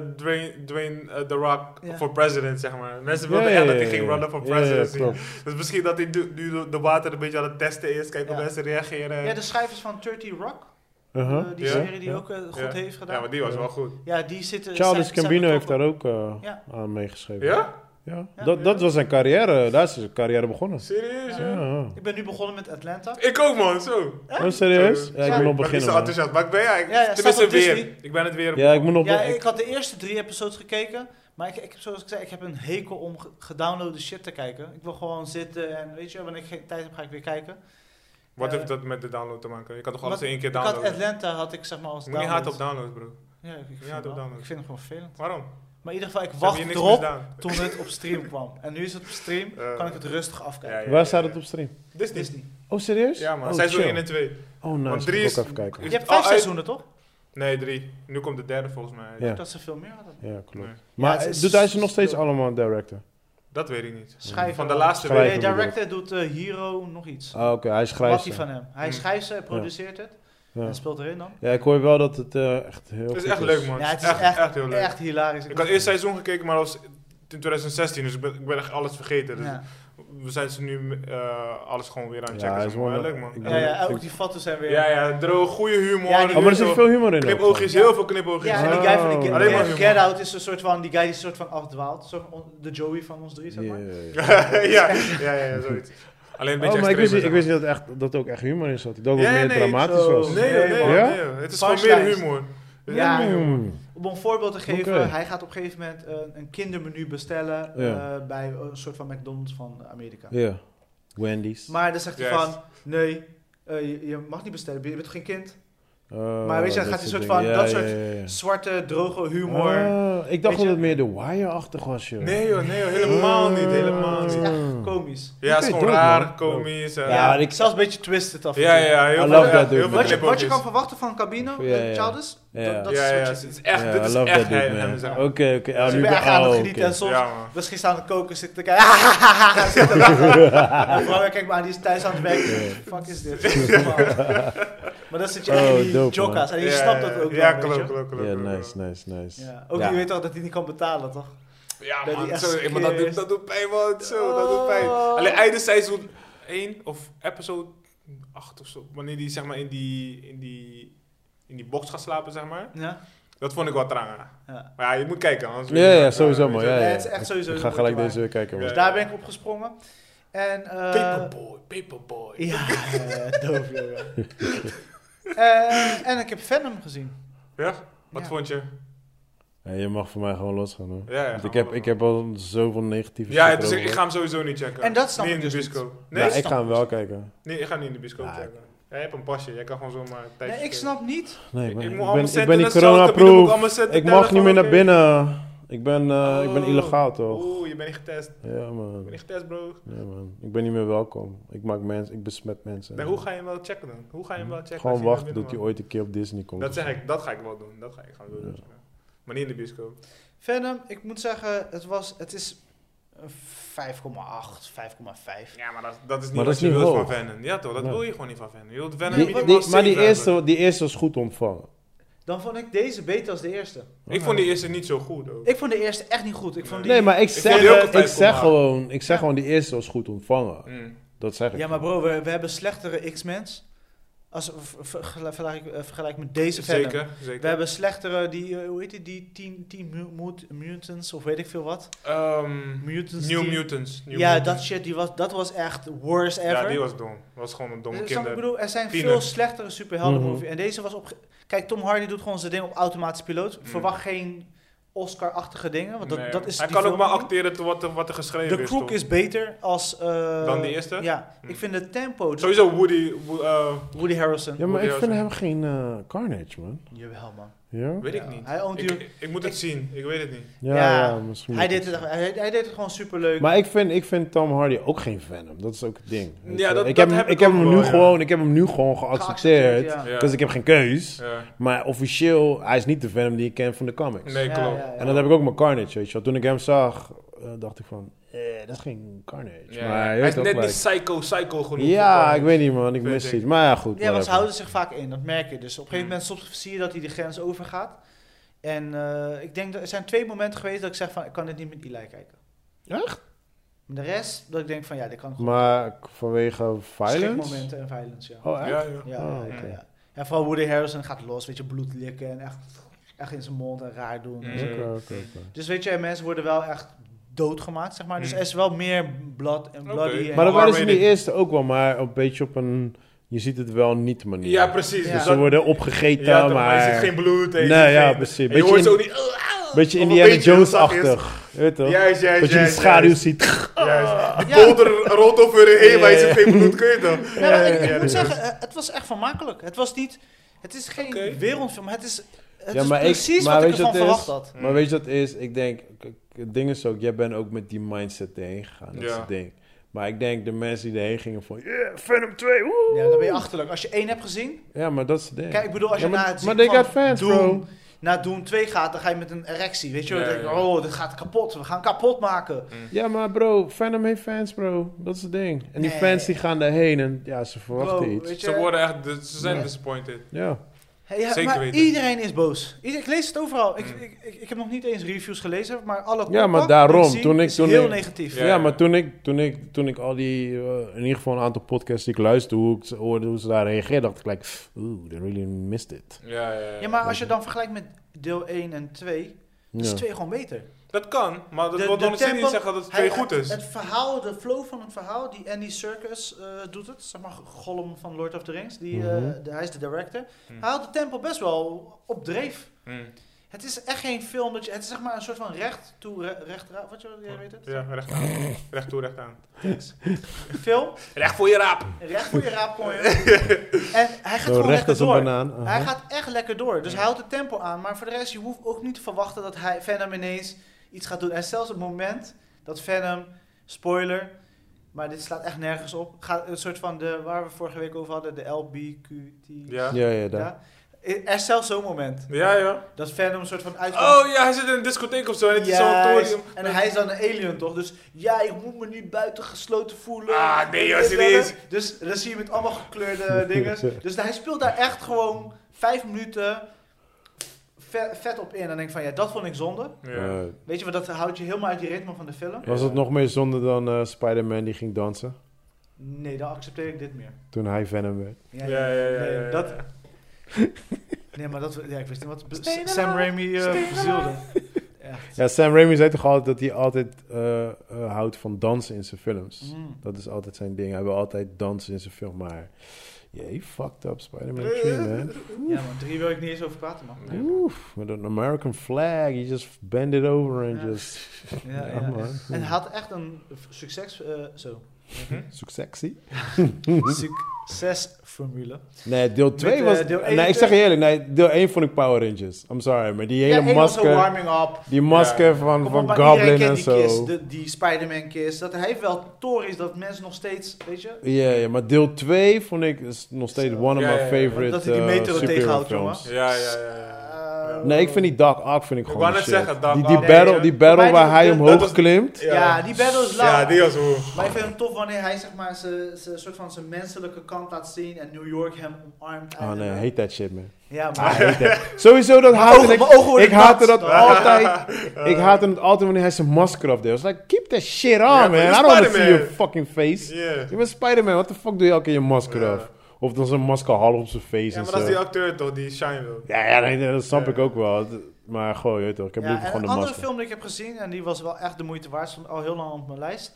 Speaker 2: Dwayne The Rock voor president, zeg maar. Mensen wilden echt dat hij ging runnen voor presidency. Dus misschien dat hij nu de water een beetje aan het testen is, kijken hoe mensen reageren.
Speaker 1: Ja, de schrijvers van 30 Rock. Die serie die ook goed heeft gedaan.
Speaker 2: Ja, maar die was wel goed.
Speaker 1: Ja, die zitten...
Speaker 4: Childish Gambino heeft daar ook aan meegeschreven.
Speaker 2: Ja?
Speaker 4: Ja, dat was zijn carrière. Daar is zijn carrière begonnen.
Speaker 2: Serieus?
Speaker 4: Ja.
Speaker 1: Ik ben nu begonnen met Atlanta.
Speaker 2: Ik ook, man. Zo.
Speaker 4: Oh, serieus? Ja, ik moet nog beginnen. Ik ben
Speaker 2: zo enthousiast. Maar ik ben tenminste weer. Ik ben het weer.
Speaker 4: Ja, ik moet nog
Speaker 1: ik had de eerste 3 episodes gekeken. Maar ik heb, zoals ik zei, ik heb een hekel om gedownloade shit te kijken. Ik wil gewoon zitten en weet je, wanneer ik geen tijd heb, ga ik weer kijken.
Speaker 2: Wat heeft dat met de download te maken? Je kan toch alles in één keer downloaden?
Speaker 1: Ik had Atlanta, had ik zeg maar als
Speaker 2: download. Moet niet hard op download, bro.
Speaker 1: Ja, ik vind het gewoon vervelend.
Speaker 2: Waarom?
Speaker 1: Maar in ieder geval, ik wacht erop toen het op stream kwam. En nu is het op stream, kan ik het rustig afkijken.
Speaker 4: Waar staat het op stream?
Speaker 1: Disney.
Speaker 4: Oh, serieus?
Speaker 2: Ja, man. Seizoen 1 en 2.
Speaker 4: Oh, nice. Want 3 is... Even kijken.
Speaker 1: Je hebt 5 seizoenen, toch?
Speaker 2: Nee, 3. Nu komt de derde volgens mij.
Speaker 1: Ik dacht dat ze veel meer hadden.
Speaker 4: Ja, klopt. Nee. Maar doet hij ze nog steeds allemaal director?
Speaker 2: Dat weet ik niet.
Speaker 1: Schrijven.
Speaker 2: Van de laatste
Speaker 1: week. Nee, director doet Hero nog iets.
Speaker 4: Oké, hij schrijft
Speaker 1: ze. Van hem. Hij schrijft ze, produceert het. En speelt erin dan.
Speaker 4: Ja, ik hoor wel dat het echt heel
Speaker 2: goed is. Het is echt leuk, man.
Speaker 1: Ja, het is echt heel leuk. Echt hilarisch.
Speaker 2: Ik had eerst seizoen gekeken, maar dat was in 2016, dus ik ben echt alles vergeten. Dus we zijn ze nu alles gewoon weer aan het checken.
Speaker 4: Is wel
Speaker 2: leuk, man.
Speaker 1: Ook die foto's zijn weer...
Speaker 2: Ja, droog, goede humor.
Speaker 4: Maar er zit veel humor in.
Speaker 2: Knipoogjes, heel veel knipoogjes.
Speaker 1: Ja, en die guy van de Get Out is een soort van, die guy die een soort van afdwaalt. De Joey van ons 3, zeg maar.
Speaker 2: Ja, zoiets. Alleen een beetje
Speaker 4: maar ik wist niet dat het ook echt humor in zat. Ik dacht dat het meer dramatisch was.
Speaker 2: Nee. Het is gewoon meer humor.
Speaker 1: Om een voorbeeld te geven, hij gaat op een gegeven moment een kindermenu bestellen bij een soort van McDonald's van Amerika.
Speaker 4: Ja, Wendy's.
Speaker 1: Maar dan zegt hij van, nee, je mag niet bestellen, je bent geen kind. Maar weet je, dan gaat hij een soort van, dat soort zwarte, droge humor.
Speaker 4: Ik dacht dat het meer de Wire-achtig was, joh.
Speaker 2: Nee joh, helemaal niet.
Speaker 1: Het is echt komisch. komisch.
Speaker 2: Ja, het is gewoon raar, komisch.
Speaker 1: Zelfs een beetje twisted af.
Speaker 2: Ja,
Speaker 4: heel veel.
Speaker 1: Wat je kan verwachten van Cabino, Childish, dat is
Speaker 2: het is echt, dit is echt hem.
Speaker 4: Oké.
Speaker 1: Ik ben echt aan het genieten en soms misschien staan te koken, zit te kijken. En vooral kijk maar, die is thuis aan het werken. Fuck is dit? Maar dan zit je echt in die jokka's en je snapt dat ook wel.
Speaker 2: Ja, klopt.
Speaker 4: Ja, nice.
Speaker 1: Ook je weet toch dat hij niet kan betalen, toch?
Speaker 2: Ja, man, dat doet pijn, man. Dat doet pijn. Alleen einde seizoen 1 of episode 8 of zo. Wanneer die zeg maar in die box gaat slapen, zeg maar.
Speaker 1: Ja.
Speaker 2: Dat vond ik wel trang. Ja. Maar je moet kijken.
Speaker 4: Ja, sowieso, man.
Speaker 1: Het is echt sowieso.
Speaker 4: Ik ga gelijk deze weer kijken, man.
Speaker 1: Dus daar ben ik op gesprongen. En,
Speaker 2: Paperboy.
Speaker 1: Ja, doof, jongen. En ik heb Venom gezien.
Speaker 2: Ja? Wat vond je?
Speaker 4: Ja, je mag voor mij gewoon losgaan, hoor.
Speaker 2: Ja,
Speaker 4: want ik heb al zoveel negatieve
Speaker 2: shit dus ik ga hem sowieso niet checken.
Speaker 1: En dat snap
Speaker 2: niet
Speaker 1: ik
Speaker 2: in de
Speaker 1: dus
Speaker 2: bioscoop.
Speaker 4: Nee, ik ga hem wel kijken.
Speaker 2: Nee, ik ga niet in de bioscoop checken. Jij hebt een pasje, jij kan gewoon zomaar tijd.
Speaker 1: Nee, ik snap niet.
Speaker 4: Nee, ik
Speaker 2: ben
Speaker 4: niet corona-proof. Ik mag niet meer naar binnen. Ik ben illegaal, toch?
Speaker 2: Oeh, je bent niet getest.
Speaker 4: Ja, man.
Speaker 2: Je bent niet getest, bro.
Speaker 4: Ja, man. Ik ben niet meer welkom. Ik besmet mensen.
Speaker 2: Nee, hoe ga je hem wel checken dan?
Speaker 4: Gewoon wachten tot hij ooit een keer op Disney komt.
Speaker 2: Dat zeg ik, dat ga ik wel doen. Dat ga ik gaan doen. Ja. Maar niet in de bioscoop.
Speaker 1: Venom, ik moet zeggen, het is 5,8, 5,5.
Speaker 2: Ja, maar dat is niet wat je wilt van Venom. Ja toch, dat wil je gewoon niet van Venom. Je wilt Venom
Speaker 4: maar die eerste was goed ontvangen.
Speaker 1: Dan vond ik deze beter als de eerste.
Speaker 2: Ik vond die eerste niet zo goed ook.
Speaker 1: Ik vond de eerste echt niet goed.
Speaker 4: Maar ik zeg gewoon die eerste was goed ontvangen. Dat zeg ik.
Speaker 1: Ja, maar bro, we hebben slechtere X-Men's. Als vergelijk met deze Venom.
Speaker 2: Zeker.
Speaker 1: We hebben slechtere, hoe heet die 10 Mutants of weet ik veel wat. Mutants.
Speaker 2: New Mutants.
Speaker 1: Dat shit, dat was echt worst ever.
Speaker 2: Ja, die was dom. Dat was gewoon een domme kinder.
Speaker 1: Ik bedoel, er zijn veel slechtere superhelden movies. En deze was Kijk, Tom Hardy doet gewoon zijn ding op automatisch piloot. Verwacht geen Oscar-achtige dingen. Want dat is
Speaker 2: hij kan ook maar acteren wat er geschreven is.
Speaker 1: De Crook is beter als...
Speaker 2: dan die eerste?
Speaker 1: Ja, ik vind het tempo...
Speaker 2: Sowieso
Speaker 1: Woody Harrelson.
Speaker 4: Ja, maar ik vind hem geen Carnage, man.
Speaker 1: Jawel, man.
Speaker 4: Ja?
Speaker 2: Weet ik niet. Ik moet het zien. Ik weet het niet.
Speaker 4: Ja, misschien.
Speaker 1: Hij deed het gewoon superleuk.
Speaker 4: Maar ik vind Tom Hardy ook geen Venom. Dat is ook het ding.
Speaker 2: Ja,
Speaker 4: ik heb hem nu gewoon geaccepteerd. Dus ik heb geen keus. Ja. Maar officieel, hij is niet de Venom die ik ken van de comics.
Speaker 2: Nee, klopt.
Speaker 4: En dan heb ik ook mijn Carnage, weet je wel. Toen ik hem zag, dacht ik van... dat is geen Carnage.
Speaker 2: Ja,
Speaker 4: maar
Speaker 2: hij is net niet psycho genoeg.
Speaker 4: Ja, ik weet niet, man. Ik mis iets. Maar ja, goed.
Speaker 1: Ja, want ze houden zich vaak in. Dat merk je. Dus op een gegeven moment soms zie je dat hij de grens overgaat. En ik denk dat er zijn 2 momenten geweest dat ik zeg van... ik kan dit niet met Eli kijken.
Speaker 4: Echt?
Speaker 1: De rest, dat ik denk van ja, dit kan goed.
Speaker 4: Maar vanwege violence?
Speaker 1: Schrikmomenten en violence, ja.
Speaker 4: Oh, echt?
Speaker 1: Ja. En vooral Woody Harrelson gaat los, weet je, bloed likken en echt in zijn mond en raar doen.
Speaker 4: Okay.
Speaker 1: Dus weet je, mensen worden wel echt doodgemaakt, zeg maar. Dus er is wel meer blood en bloody.
Speaker 4: Maar dat waren ze in die eerste ook wel, maar een beetje op een... Je ziet het wel niet manier.
Speaker 2: Ja, precies.
Speaker 4: Dus ze worden opgegeten, maar...
Speaker 2: je ziet geen bloed.
Speaker 4: Precies.
Speaker 2: Je hoort zo die...
Speaker 4: Beetje Indiana Jones-achtig. Weet toch?
Speaker 2: Juist.
Speaker 4: Dat je die schaduw ziet.
Speaker 2: Juist. De bolder rolt over je heen, maar je ziet geen bloed, kun je toch?
Speaker 1: Ja, ik moet zeggen, het was echt vermakelijk. Het is geen wereldfilm, het is precies wat ik ervan verwacht had.
Speaker 4: Maar weet je wat het is? Ik denk, het ding is ook, jij bent ook met die mindset erheen gegaan. Dat is het ding. Maar ik denk, de mensen die erheen gingen van... Yeah, Venom 2, woe!
Speaker 1: Ja, dan ben je achterlijk. Als je 1 hebt gezien...
Speaker 4: Ja, maar dat is het ding.
Speaker 1: Kijk, ik bedoel, als je na het
Speaker 4: zien van Doom...
Speaker 1: Naar Doom 2 gaat, dan ga je met een erectie. Weet je wel? Oh, dit gaat kapot. We gaan kapot maken.
Speaker 4: Ja, maar bro, Venom heeft fans, bro. Dat is het ding. En die fans die gaan daarheen en ja, ze verwachten iets.
Speaker 2: Ze worden echt... Ze zijn disappointed.
Speaker 4: Ja.
Speaker 1: Ja, zeker maar weten. Iedereen is boos. Ik lees het overal. Ik heb nog niet eens reviews gelezen, maar alle
Speaker 4: maar daarom,
Speaker 1: heel negatief.
Speaker 4: Ja, maar toen ik al die, in ieder geval een aantal podcasts die ik luisterde, hoe ze daar reageerden, dacht ik gelijk, they really missed it.
Speaker 1: Ja, maar als je dan vergelijkt met deel 1 en 2, is 2 gewoon beter.
Speaker 2: Dat kan, maar dat wil nog niet zeggen dat het 2 goed is.
Speaker 1: Het verhaal, de flow van het verhaal, die Andy Serkis doet het. Zeg maar Gollum van Lord of the Rings. Hij is de director. Hij houdt het tempo best wel op dreef. Het is echt geen film dat het is zeg maar een soort van recht toe, recht wat jij weet het?
Speaker 2: Ja, recht aan. Recht toe, recht aan.
Speaker 1: Film.
Speaker 2: Recht voor je raap.
Speaker 1: Recht voor je raap kon je. En hij gaat gewoon lekker door. Hij gaat echt lekker door. Dus hij houdt het tempo aan. Maar voor de rest, je hoeft ook niet te verwachten dat Venom ineens iets gaat doen. En zelfs op het moment dat Venom, spoiler, Maar dit slaat echt nergens op. Gaat een soort van waar we vorige week over hadden, de LBQT.
Speaker 4: Ja, daar.
Speaker 1: Er is zelfs zo'n moment.
Speaker 2: Ja.
Speaker 1: Dat Venom een soort van uitkomt.
Speaker 2: Oh ja, hij zit in een discotheek of zo. En het is zo'n thorium.
Speaker 1: En hij is dan een alien toch? Dus ik moet me niet buiten gesloten voelen.
Speaker 2: Ah, nee joh, serieus.
Speaker 1: Dus dan zie je met allemaal gekleurde dingen. Dus hij speelt daar echt gewoon 5 minuten vet op in. En dan denk ik van, dat vond ik zonde.
Speaker 2: Ja.
Speaker 1: Weet je, want dat houdt je helemaal uit die ritme van de film.
Speaker 4: Was het nog meer zonde dan Spider-Man die ging dansen?
Speaker 1: Nee, dan accepteer ik dit meer.
Speaker 4: Toen hij Venom werd.
Speaker 2: Ja.
Speaker 1: Dat... Nee, maar dat... Ja, ik wist niet wat Sam Raimi bezielde.
Speaker 4: Ja, Sam Raimi zei toch altijd dat hij altijd houdt van dansen in zijn films. Dat is altijd zijn ding. Hij wil altijd dansen in zijn film, maar... he fucked up Spider-Man 3, man.
Speaker 1: Ja, maar 3 wil ik niet eens over praten, man.
Speaker 4: Nee. Oef, met een American flag. He just bend it over and just...
Speaker 1: Ja. En hij had echt een succes...
Speaker 4: Successie?
Speaker 1: Succesformule.
Speaker 4: Nee, deel 2 was... nee, ik zeg je eerlijk. Deel 1 vond ik Power Rangers. I'm sorry, maar die hele masker...
Speaker 1: warming up.
Speaker 4: Die masker van Goblin en zo.
Speaker 1: Die Spider-Man kiss. Dat hij heeft wel tories dat mensen nog steeds... Weet je?
Speaker 4: Ja, maar deel 2 vond ik... is nog steeds one of my favorite
Speaker 1: dat hij die metro tegenhoudt,
Speaker 4: films.
Speaker 2: Ja.
Speaker 4: Nee, ik vind die Dark Ark vind ik gewoon
Speaker 2: wou net
Speaker 4: shit.
Speaker 2: zeggen,
Speaker 4: die battle waar hij omhoog klimt.
Speaker 1: Ja, die battle is lauw.
Speaker 2: Ja, die was hoe.
Speaker 1: Maar ik vind het tof wanneer hij zeg maar zijn menselijke kant laat zien en New York hem omarmt.
Speaker 4: Oh nee, I hate that shit, man.
Speaker 1: Ja, maar...
Speaker 4: Sowieso dat haatte ik. Ik haatte dat
Speaker 1: dan.
Speaker 4: altijd. Ik haatte het altijd wanneer hij zijn masker op deed. I was like, keep that shit on, man. I don't want to see your fucking face.
Speaker 2: Yeah.
Speaker 4: Je bent Spider-Man, what the fuck doe je elke keer je masker af? Of dan zijn masker half op zijn face.
Speaker 2: Ja, maar dat is die acteur toch, die Shine wil.
Speaker 4: Ja, nee, dat snap ik ook wel. Maar goh, je weet toch, ik heb liever gewoon de masker.
Speaker 1: Een andere film die ik heb gezien, en die was wel echt de moeite waard, stond al heel lang op mijn lijst.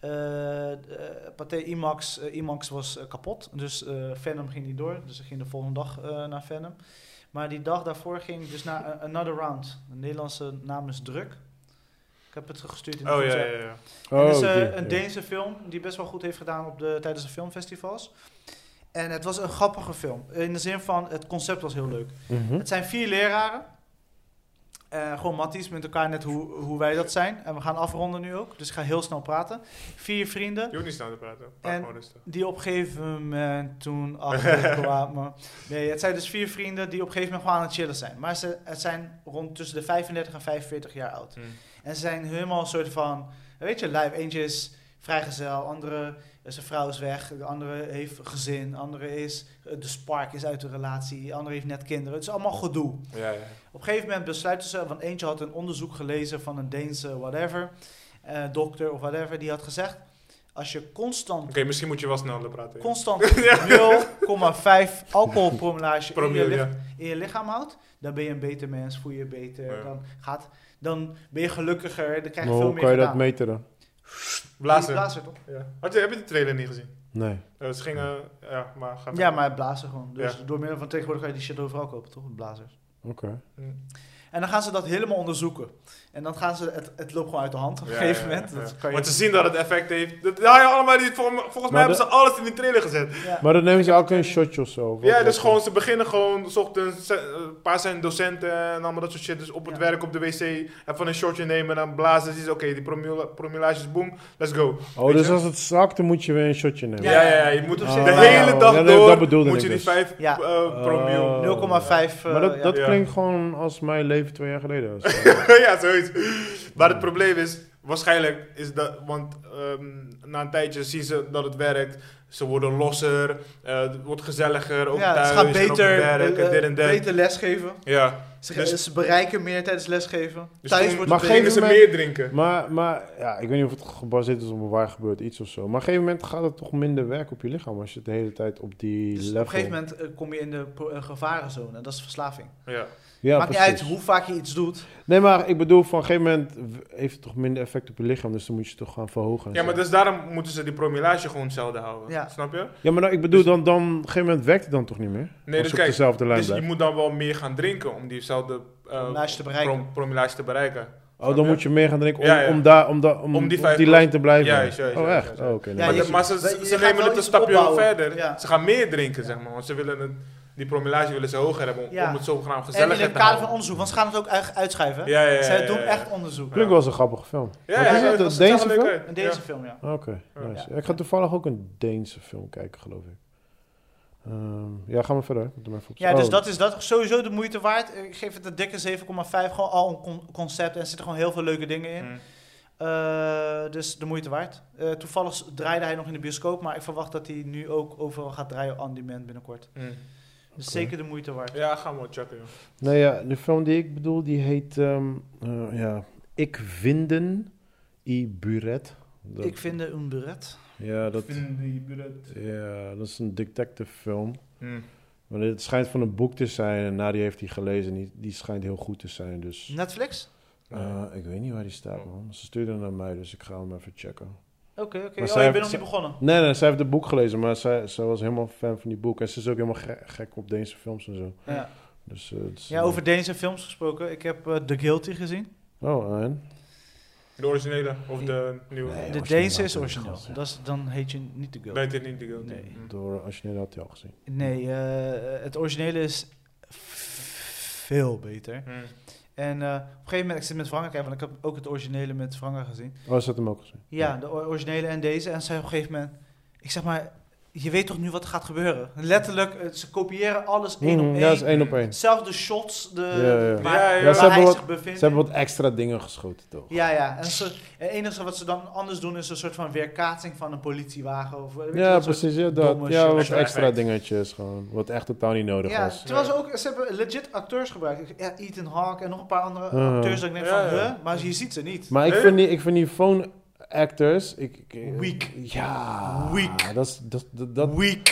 Speaker 1: Pathé IMAX was kapot, dus Venom ging niet door. Dus ik ging de volgende dag naar Venom. Maar die dag daarvoor ging ik dus naar Another Round. De Nederlandse naam is Druk. Ik heb het gestuurd in de groep.
Speaker 2: Ja.
Speaker 1: Het is een Deense film die best wel goed heeft gedaan tijdens de filmfestivals. En het was een grappige film. In de zin van, het concept was heel leuk.
Speaker 4: Mm-hmm.
Speaker 1: Het zijn 4 leraren. Gewoon matties met elkaar, net hoe wij dat zijn. En we gaan afronden nu ook. Dus ik ga heel snel praten. 4 vrienden.
Speaker 2: Je hoeft niet snel te praten.
Speaker 1: En die op een gegeven moment toen achterkwamen. Nee, het zijn dus 4 vrienden die op een gegeven moment gewoon aan het chillen zijn. Maar het zijn rond tussen de 35 en 45 jaar oud. En ze zijn helemaal een soort van... Weet je, live. Eentje is vrijgezel, andere... Zijn vrouw is weg, de andere heeft gezin, de andere is... De spark is uit de relatie, de andere heeft net kinderen. Het is allemaal gedoe.
Speaker 2: Ja.
Speaker 1: Op een gegeven moment besluiten ze... Want eentje had een onderzoek gelezen van een Deense whatever... dokter of whatever, die had gezegd... Als je constant...
Speaker 2: Oké, misschien moet je wel sneller praten.
Speaker 1: Constant 0,5 alcoholpromillage in je lichaam houdt... Dan ben je een beter mens, voel je je beter. Ja. Dan ben je gelukkiger, dan krijg je veel meer gedaan.
Speaker 4: Hoe kan je dat meten dan?
Speaker 2: Blazer
Speaker 1: toch?
Speaker 2: Ja. Heb je de trailer niet gezien?
Speaker 4: Nee.
Speaker 2: Ze gingen...
Speaker 1: maar het blazen gewoon. Dus door middel van tegenwoordig kan je die shit overal kopen, toch? Blazers.
Speaker 4: Oké.
Speaker 1: En dan gaan ze dat helemaal onderzoeken. En dan gaan ze... Het loopt gewoon uit de hand op een gegeven moment. Dat kan je
Speaker 2: want ze zien dat het effect heeft. Volgens mij hebben ze alles in die trailer gezet.
Speaker 1: Ja.
Speaker 4: Maar dan nemen ze ook een shotje of zo?
Speaker 2: Ja, dus gewoon, ze beginnen gewoon... 's ochtends, een paar zijn docenten en allemaal dat soort shit. Dus op het werk, op de wc, even een shotje nemen en dan blazen. Ze oké, die promillage is boom, let's go.
Speaker 4: Oh, dus als het zakt, dan moet je weer een shotje nemen?
Speaker 2: Ja, je moet de hele dag door moet je die 5 promille...
Speaker 1: 0,5...
Speaker 4: Maar dat klinkt gewoon als mijn leven 2 jaar geleden was.
Speaker 2: Ja, zoiets. Maar het probleem is, waarschijnlijk is dat, want na een tijdje zien ze dat het werkt. Ze worden losser, het wordt gezelliger, ook thuis.
Speaker 1: Ze gaan beter lesgeven.
Speaker 2: Ja.
Speaker 1: Ze bereiken meer tijdens lesgeven.
Speaker 2: Dus
Speaker 1: thuis wordt
Speaker 2: ze meer drinken.
Speaker 4: Maar ja, ik weet niet of het gebaseerd is op een waar gebeurt iets of zo. Maar op een gegeven moment gaat het toch minder werken op je lichaam als je de hele tijd op die level...
Speaker 1: Op een gegeven moment kom je in de gevarenzone en dat is verslaving.
Speaker 2: Ja,
Speaker 1: maakt niet uit hoe vaak je iets doet.
Speaker 4: Nee, maar ik bedoel, van een gegeven moment heeft het toch minder effect op je lichaam, dus dan moet je het toch gaan verhogen.
Speaker 2: Ja, maar dus daarom moeten ze die promillage gewoon hetzelfde houden.
Speaker 1: Ja.
Speaker 2: Snap je?
Speaker 4: Ja, maar ik bedoel, dan op een gegeven moment werkt het dan toch niet meer?
Speaker 2: Nee,
Speaker 4: dus
Speaker 2: kijk,
Speaker 4: dezelfde lijn
Speaker 2: dus
Speaker 4: blijft.
Speaker 2: je moet dan wel meer gaan drinken om diezelfde promillage te bereiken.
Speaker 4: Oh, dan moet je meer gaan drinken om die lijn te blijven.
Speaker 2: Juist.
Speaker 4: Oh, echt? Oh, okay.
Speaker 2: Maar ze nemen het een stapje verder. Ja. Ze gaan meer drinken, zeg maar. Want ze willen het die promillage willen ze hoger hebben om het zogenaamd gezellig te houden.
Speaker 1: En in het kader van onderzoek, want ze gaan het ook echt uitschrijven. Zij doen echt onderzoek.
Speaker 4: Klinkt wel eens een grappige film.
Speaker 2: Dat
Speaker 4: is Deense film?
Speaker 1: Een Deense film, ja.
Speaker 4: Oké, nice. Ik ga toevallig ook een Deense film kijken, geloof ik. Gaan we verder.
Speaker 1: Dus dat is sowieso de moeite waard. Ik geef het een dikke 7,5. Gewoon al een concept en er zitten gewoon heel veel leuke dingen in. Dus de moeite waard. Toevallig draaide hij nog in de bioscoop, maar ik verwacht dat hij nu ook overal gaat draaien on demand binnenkort. Dus zeker de moeite waard.
Speaker 2: Ja, gaan we checken. Joh.
Speaker 4: Nou ja, de film die ik bedoel, die heet Ik Vinden I Buret.
Speaker 1: Ik vind een buret.
Speaker 4: Ja, dat is een detective film. Maar het schijnt van een boek te zijn en Nadia heeft die gelezen. Die schijnt heel goed te zijn. Dus.
Speaker 1: Netflix?
Speaker 4: Ik weet niet waar die staat, man. Ze stuurde hem naar mij, dus ik ga hem even checken.
Speaker 1: Oké. Je bent nog niet begonnen?
Speaker 4: Nee, zij heeft het boek gelezen, maar zij was helemaal fan van die boek. En ze is ook helemaal gek op Deense films en zo.
Speaker 1: Ja,
Speaker 4: dus,
Speaker 1: over Deense films gesproken. Ik heb The Guilty gezien.
Speaker 4: Oh, en?
Speaker 2: De originele of de nieuwe?
Speaker 1: Nee, de Deense is origineel. Dan heet je niet The Guilty.
Speaker 2: Nee, het is niet The Guilty.
Speaker 1: Nee.
Speaker 4: De originele had je al gezien.
Speaker 1: Nee, het originele is veel beter. En op een gegeven moment, ik zit met Franka kijken, want ik heb ook het originele met Franka gezien.
Speaker 4: Oh, ze had hem ook gezien?
Speaker 1: Ja, de originele en deze. En zei op een gegeven moment, ik zeg maar, je weet toch nu wat er gaat gebeuren? Letterlijk, ze kopiëren alles één op één.
Speaker 4: Ja, dat is 1 op 1.
Speaker 1: Zelfs de shots,
Speaker 2: waar
Speaker 1: hij zich bevindt.
Speaker 4: Ze hebben wat extra dingen geschoten, toch?
Speaker 1: Ja. En het enige wat ze dan anders doen is een soort van weerkaatsing van een politiewagen. Of,
Speaker 4: precies. Wat extra dingetjes gewoon. Wat echt totaal niet nodig was.
Speaker 1: Terwijl ze hebben legit acteurs gebruikt. Ja, Ethan Hawke en nog een paar andere acteurs. Dat ik denk van, maar je ziet ze niet.
Speaker 4: Maar ik vind die phone actors...
Speaker 1: Weak.
Speaker 4: Ja.
Speaker 1: Weak.
Speaker 4: Weak.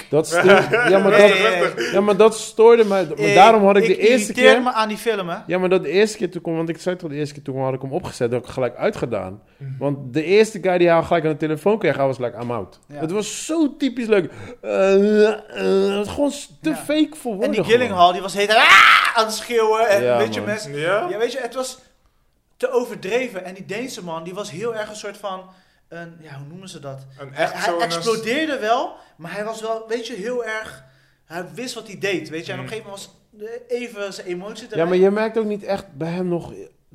Speaker 4: Maar dat stoorde mij. Maar daarom had ik de eerste keer...
Speaker 1: irriteerde me aan die film, hè?
Speaker 4: Ja, maar dat de eerste keer toen... Want ik zei toch de eerste keer toen had ik hem opgezet. Dat heb ik gelijk uitgedaan. Want de eerste guy die hij gelijk aan de telefoon kreeg... Hij was like, I'm out. Ja. Het was zo typisch leuk. Het was gewoon te fake voor woorden.
Speaker 1: En die Gyllenhaal, die was aan het schreeuwen. En weet je, mensen... Ja, weet je, het was... te overdreven. En die Deense man, die was heel erg een soort van... hoe noemen ze dat? Hij explodeerde wel, maar hij was wel, weet je, heel erg... Hij wist wat hij deed, weet je. En op een gegeven moment was even zijn emotie erbij.
Speaker 4: Ja, maar je merkt ook niet echt bij hem nog...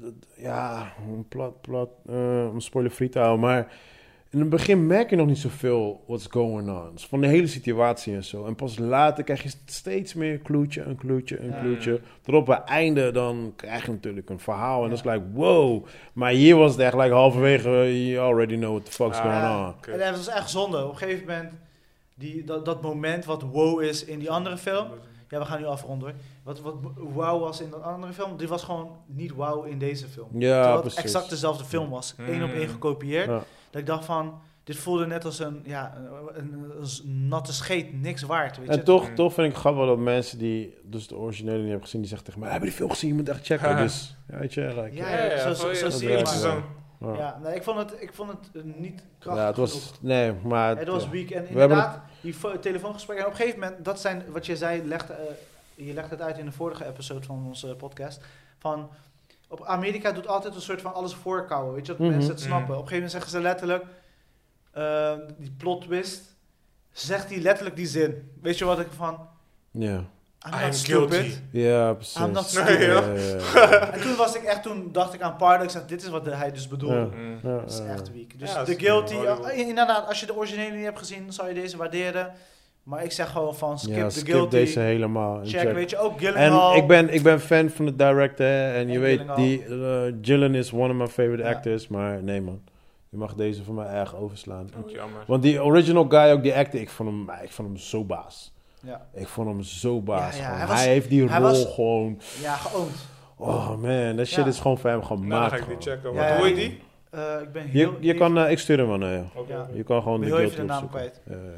Speaker 4: om spoiler-free te houden, maar... In het begin merk je nog niet zoveel what's going on. Van de hele situatie en zo. En pas later krijg je steeds meer een kloetje. Tot op het einde dan krijg je natuurlijk een verhaal. En dat is like, wow. Maar hier was het echt like halverwege, you already know what the fuck's going on.
Speaker 1: Okay. En dat was echt zonde. Op een gegeven moment, dat moment wat wow is in die andere film... Ja, we gaan nu afronden hoor. Wat wow was in dat andere film, die was gewoon niet wow in deze film.
Speaker 4: Ja,
Speaker 1: terwijl het exact dezelfde film was. 1 op 1 gekopieerd. Ja. Dat ik dacht van, dit voelde net als een natte scheet, niks waard. Weet je?
Speaker 4: En toch vind ik grappig dat mensen die dus de originele niet hebben gezien, die zeggen tegen mij, hebben die film gezien? Je moet echt checken. Dus, weet je,
Speaker 1: zo zie je maar. Ja, nee, ik vond het niet krachtig.
Speaker 4: Ja, het was, nee, maar...
Speaker 1: Het was weak. En inderdaad, die telefoongesprekken. En op een gegeven moment, dat zijn wat je zei, je legt het uit in de vorige episode van onze podcast. Van, op Amerika doet altijd een soort van alles voorkouwen. Weet je, dat mensen het snappen. Op een gegeven moment zeggen ze letterlijk, die plot twist, zegt hij letterlijk die zin. Weet je wat ik van...
Speaker 4: Ja.
Speaker 1: I'm not stupid.
Speaker 4: Ja, precies.
Speaker 1: I'm not stupid. En toen dacht ik aan Pardo. Ik zei, dit is wat hij dus bedoelde. Dat is echt weak. Dus The Guilty, inderdaad, als je de originele niet hebt gezien, zou je deze waarderen. Maar ik zeg gewoon van, skip The Guilty.
Speaker 4: Deze helemaal.
Speaker 1: Check, weet je, ook Gyllenhaal.
Speaker 4: En ik ben fan van de director. En je weet, Gillen is one of my favorite actors. Maar nee man. Je mag deze voor mij erg overslaan. Want die original guy, ook die actor, ik vond hem zo baas. Ja. Ik vond hem zo baas. Hij heeft die rol gewoon...
Speaker 1: Ja, geoond.
Speaker 4: Oh man, dat shit is gewoon voor hem gemaakt.
Speaker 2: Nou, dan ga ik die checken. Wat hoe heet die?
Speaker 1: Ik ben heel...
Speaker 4: Ik stuur hem wel naar je. Je kan gewoon de
Speaker 1: Guilty opzoeken. Naam kwijt.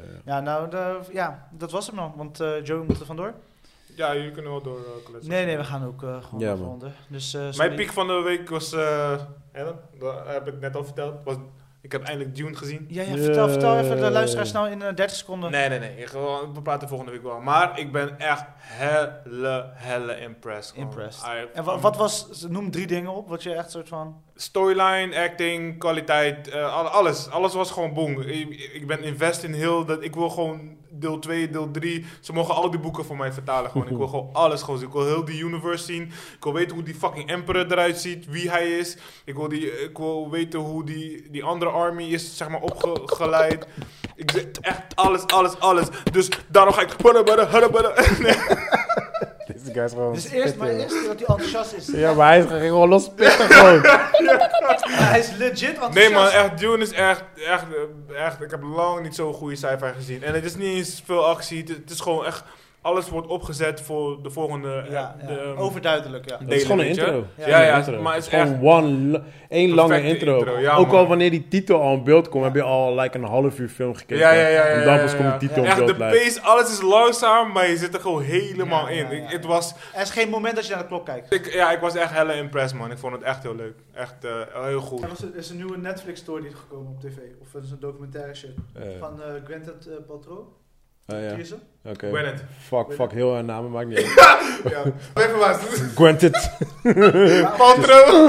Speaker 1: Dat was hem dan. Want Joey moet er vandoor.
Speaker 2: Ja, jullie kunnen wel door kletsen.
Speaker 1: Nee, we gaan ook gewoon afronden. Dus,
Speaker 2: mijn piek van de week was... dat heb ik net al verteld. Ik heb eindelijk Dune gezien.
Speaker 1: Ja, vertel even de luisteraars nou in 30 seconden.
Speaker 2: Nee. We praten volgende week wel. Maar ik ben echt helle impressed.
Speaker 1: En wat was... Noem 3 dingen op wat je echt soort van...
Speaker 2: storyline, acting, kwaliteit, alles was gewoon boom. Ik ben invest in heel dat. Ik wil gewoon deel 2, deel 3. Ze mogen al die boeken voor mij vertalen. Gewoon. Ik wil gewoon alles gewoon zien. Ik wil heel die universe zien. Ik wil weten hoe die fucking Emperor eruit ziet, wie hij is. Ik wil weten hoe die andere army is, zeg maar, opgeleid. Ik zeg echt alles. Dus daarom ga ik...
Speaker 4: Deze guy is gewoon...
Speaker 1: Dus eerst dat hij enthousiast is.
Speaker 4: Ja, maar hij is gewoon los pitten gewoon.
Speaker 1: Hij is legit enthousiast.
Speaker 2: Nee man, echt, Dune is echt... Ik heb lang niet zo'n goede sci-fi gezien. En het is niet eens veel actie. Het is gewoon echt... Alles wordt opgezet voor de volgende...
Speaker 1: overduidelijk, ja.
Speaker 4: Het is gewoon een intro.
Speaker 2: Ja, maar het is echt...
Speaker 4: Gewoon één lange intro.
Speaker 2: Ja,
Speaker 4: ook
Speaker 2: man.
Speaker 4: al wanneer die titel al in beeld komt, heb je al een half uur film gekeken.
Speaker 2: Ja.
Speaker 4: En dan pas komt de titel in beeld.
Speaker 2: Echt, de pace, alles is langzaam, maar je zit er gewoon helemaal in. Het was...
Speaker 1: Er is geen moment dat je naar de klok kijkt.
Speaker 2: Ik was echt hella impressed, man. Ik vond het echt heel leuk. Echt heel goed.
Speaker 1: Er is een nieuwe Netflix-story gekomen op tv. Of het is een documentaire shit. Van Gwyneth Paltrow.
Speaker 4: Ja. Oké.
Speaker 2: Gwyneth.
Speaker 4: Fuck heel haar namen, maakt niet uit.
Speaker 2: Ja, even maar.
Speaker 4: Gwyneth.
Speaker 2: Paltrow.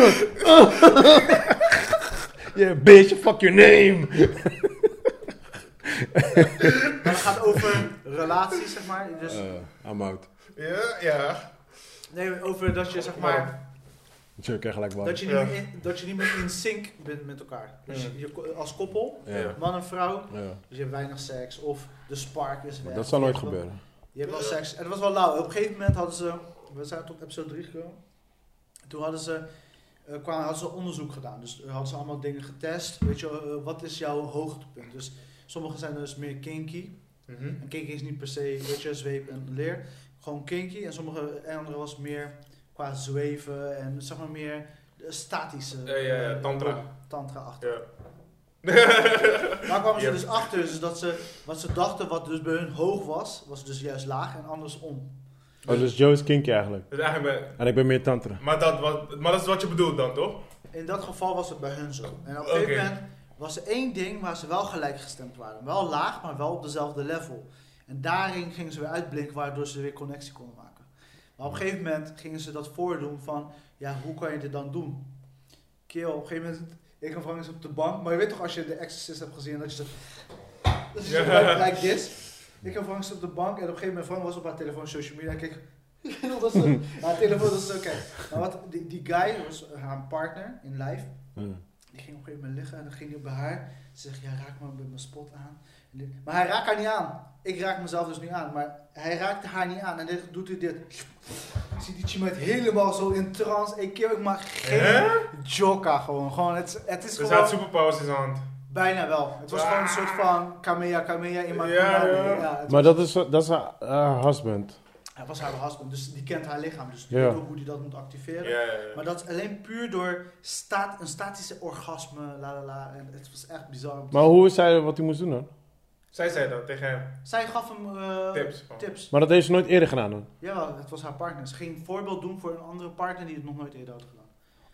Speaker 4: Yeah, bitch, fuck your name.
Speaker 1: Maar het gaat over relaties, zeg maar. Dus,
Speaker 4: I'm out.
Speaker 2: Ja.
Speaker 1: nee, over dat je, zeg maar...
Speaker 4: Ik krijg gelijk
Speaker 1: Dat je niet meer in sync bent met elkaar. Dus je, als koppel, man en vrouw, dus je hebt weinig seks of de spark is weg.
Speaker 4: Dat zal nooit gebeuren.
Speaker 1: Je hebt wel seks. En het was wel lauw. Op een gegeven moment hadden ze, we zijn tot episode 3 gekomen. Toen hadden ze onderzoek gedaan. Dus hadden ze allemaal dingen getest. Weet je, wat is jouw hoogtepunt? Dus sommige zijn dus meer kinky. En kinky is niet per se, weet je, zweep en leer. Gewoon kinky. En andere was meer qua zweven en zeg maar meer statische. Tantra-achtig.
Speaker 2: Ja.
Speaker 1: Daar kwamen ze dus achter, dus dat wat ze dachten wat dus bij hun hoog was dus juist laag en andersom.
Speaker 4: Dus Joe is kinky eigenlijk.
Speaker 2: Dus eigenlijk
Speaker 4: en ik ben meer tantra.
Speaker 2: Maar dat is wat je bedoelt dan, toch?
Speaker 1: In dat geval was het bij hun zo. En op een gegeven moment was er één ding waar ze wel gelijkgestemd waren. Wel laag, maar wel op dezelfde level. En daarin gingen ze weer uitblinken, waardoor ze weer connectie konden maken. Maar op een gegeven moment gingen ze dat voordoen van, ja, hoe kan je dit dan doen? Kerel, op een gegeven moment, ik en Frank is op de bank, maar je weet toch als je The Exorcist hebt gezien, dat je zo like this. Ik en Frank is op de bank en op een gegeven moment, Frank was op haar telefoon, social media, en kijk, haar telefoon was zo, kijk. Maar wat, die guy, was haar partner in live, die ging op een gegeven moment liggen en dan ging hij bij haar, ze zegt, ja, raak maar met mijn spot aan. Maar hij raakt haar niet aan. Ik raak mezelf dus niet aan, maar hij raakte haar niet aan en dan doet hij dit. Ik zie die chimeid helemaal zo in trance. Ik maak geen joka gewoon. Het is
Speaker 2: dus
Speaker 1: gewoon...
Speaker 2: hij had superpowers in zijn hand.
Speaker 1: Bijna wel. Het was gewoon een soort van Kameya in mijn
Speaker 4: Maar dat is haar husband.
Speaker 1: Hij was haar husband, dus die kent haar lichaam. Dus die weet ook hoe die dat moet activeren.
Speaker 2: Ja.
Speaker 1: Maar dat is alleen puur door een statische orgasme, En het was echt bizar.
Speaker 4: Maar hoe zei hij wat hij moest doen dan?
Speaker 2: Zij zei dat tegen hem.
Speaker 1: Zij gaf hem tips.
Speaker 4: Maar dat heeft ze nooit eerder gedaan dan?
Speaker 1: Ja, het was haar partner. Ze ging een voorbeeld doen voor een andere partner die het nog nooit eerder had gedaan.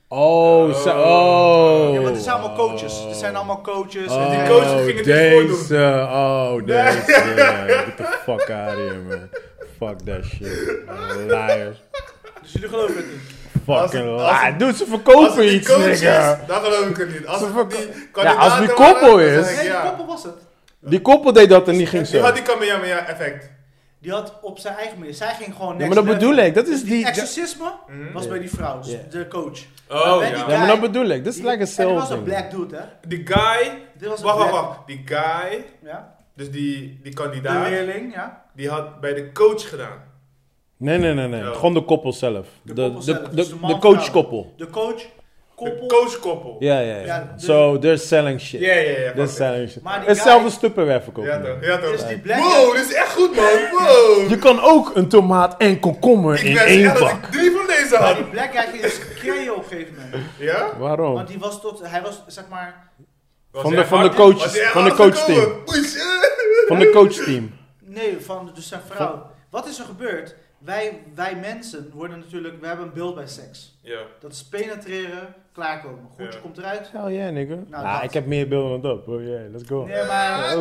Speaker 4: Oh.
Speaker 1: Ja, maar het zijn allemaal coaches. Het zijn allemaal coaches.
Speaker 2: En die coaches gingen het niet voordoen.
Speaker 4: Deze. Get the fuck out of here, man. Fuck that shit. Liars.
Speaker 1: Dus jullie geloven het niet?
Speaker 4: Fucking liar. Dude, ze verkopen iets, nigga.
Speaker 2: Dat geloof ik het niet.
Speaker 4: Als die koppel is.
Speaker 1: Nee, die koppel was het.
Speaker 4: Die koppel deed dat en die ging zo.
Speaker 2: Die had die Kamehameha-effect.
Speaker 1: Die had op zijn eigen manier. Zij ging gewoon
Speaker 4: next maar dat bedoel ik. Dat is
Speaker 1: die exorcisme was bij die vrouw, dus de coach.
Speaker 4: Maar dat bedoel ik. Dat is like a cell.
Speaker 1: En die was een black dude, hè?
Speaker 2: Die guy... Wacht. Die guy...
Speaker 1: Ja?
Speaker 2: Dus die kandidaat...
Speaker 1: De leerling, ja?
Speaker 2: Die had bij de coach gedaan.
Speaker 4: Nee. Gewoon de koppel zelf. De
Speaker 1: coachkoppel. De
Speaker 2: coachkoppel.
Speaker 4: Ja. So, they're selling shit.
Speaker 2: Ja.
Speaker 4: They're selling shit. Hetzelfde Tupperware verkopen.
Speaker 2: Ja toch.
Speaker 1: Dus die
Speaker 2: wow, dit is echt goed, man. Wow.
Speaker 4: Je kan ook een tomaat en komkommer in één bak.
Speaker 2: Ik 3 van deze had.
Speaker 1: Die black guy ging dus creëren op een gegeven moment.
Speaker 2: Ja?
Speaker 4: Waarom?
Speaker 1: Want hij was, zeg maar...
Speaker 4: Van de coachteam. Van de coachteam.
Speaker 1: Nee, van dus zijn vrouw. Wat is er gebeurd? Wij mensen worden natuurlijk, we hebben een beeld bij seks.
Speaker 2: Ja. Dat
Speaker 1: is penetreren, klaarkomen. Goedje komt eruit.
Speaker 4: Hell yeah, nigga. Nou, ik heb meer beelden dan dat. Oh yeah, let's go.
Speaker 1: Nee, maar...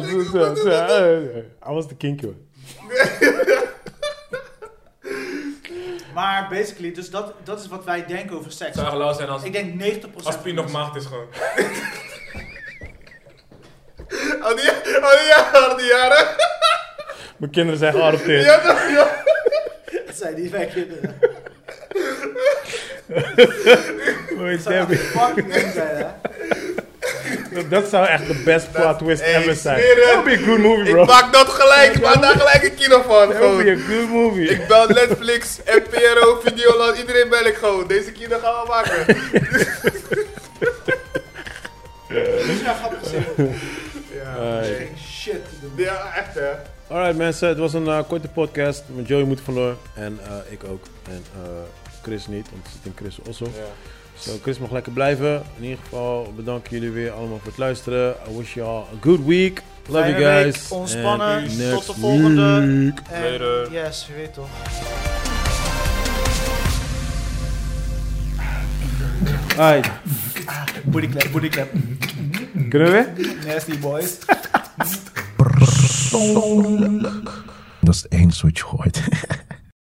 Speaker 4: I was the kinky one.
Speaker 1: Maar basically, dus dat is wat wij denken over seks.
Speaker 2: Zou gelauw zijn
Speaker 1: ik denk 90%.
Speaker 2: Als Pien nog maagd is gewoon. Al die jaren.
Speaker 4: Mijn kinderen zijn geadopteerd.
Speaker 2: Ja.
Speaker 1: Dat zijn die mijn kinderen.
Speaker 4: Dat
Speaker 1: zou echt fucking eng zijn, hè?
Speaker 4: Dat zou echt de best plot twist ever zijn.
Speaker 2: Dat
Speaker 4: would be a good movie, bro.
Speaker 2: Ik maak dat gelijk. Ik maak daar gelijk een kino van.
Speaker 4: That would be a good movie.
Speaker 2: Ik bel Netflix, NPRO, Videoland. Iedereen bel ik gewoon. Deze kino gaan we maken.
Speaker 1: Dat is ja grappig zeggen.
Speaker 2: Ja.
Speaker 1: Geen shit te doen.
Speaker 2: Ja, echt hè.
Speaker 4: Alright mensen, het was een korte podcast. Met Joey moet vandoor. En ik ook. En Chris niet, want het zit in Chris Osso.
Speaker 2: Ja.
Speaker 4: So, Chris mag lekker blijven. In ieder geval bedanken jullie weer allemaal voor het luisteren. I wish you all a good week. Love you guys.
Speaker 1: Week, ontspannen. Tot de volgende. Later. Yes, je weet toch.
Speaker 4: Ai.
Speaker 1: Booty clap.
Speaker 4: Kunnen we?
Speaker 1: Nasty boys.
Speaker 5: Dat is het enige wat je gooit.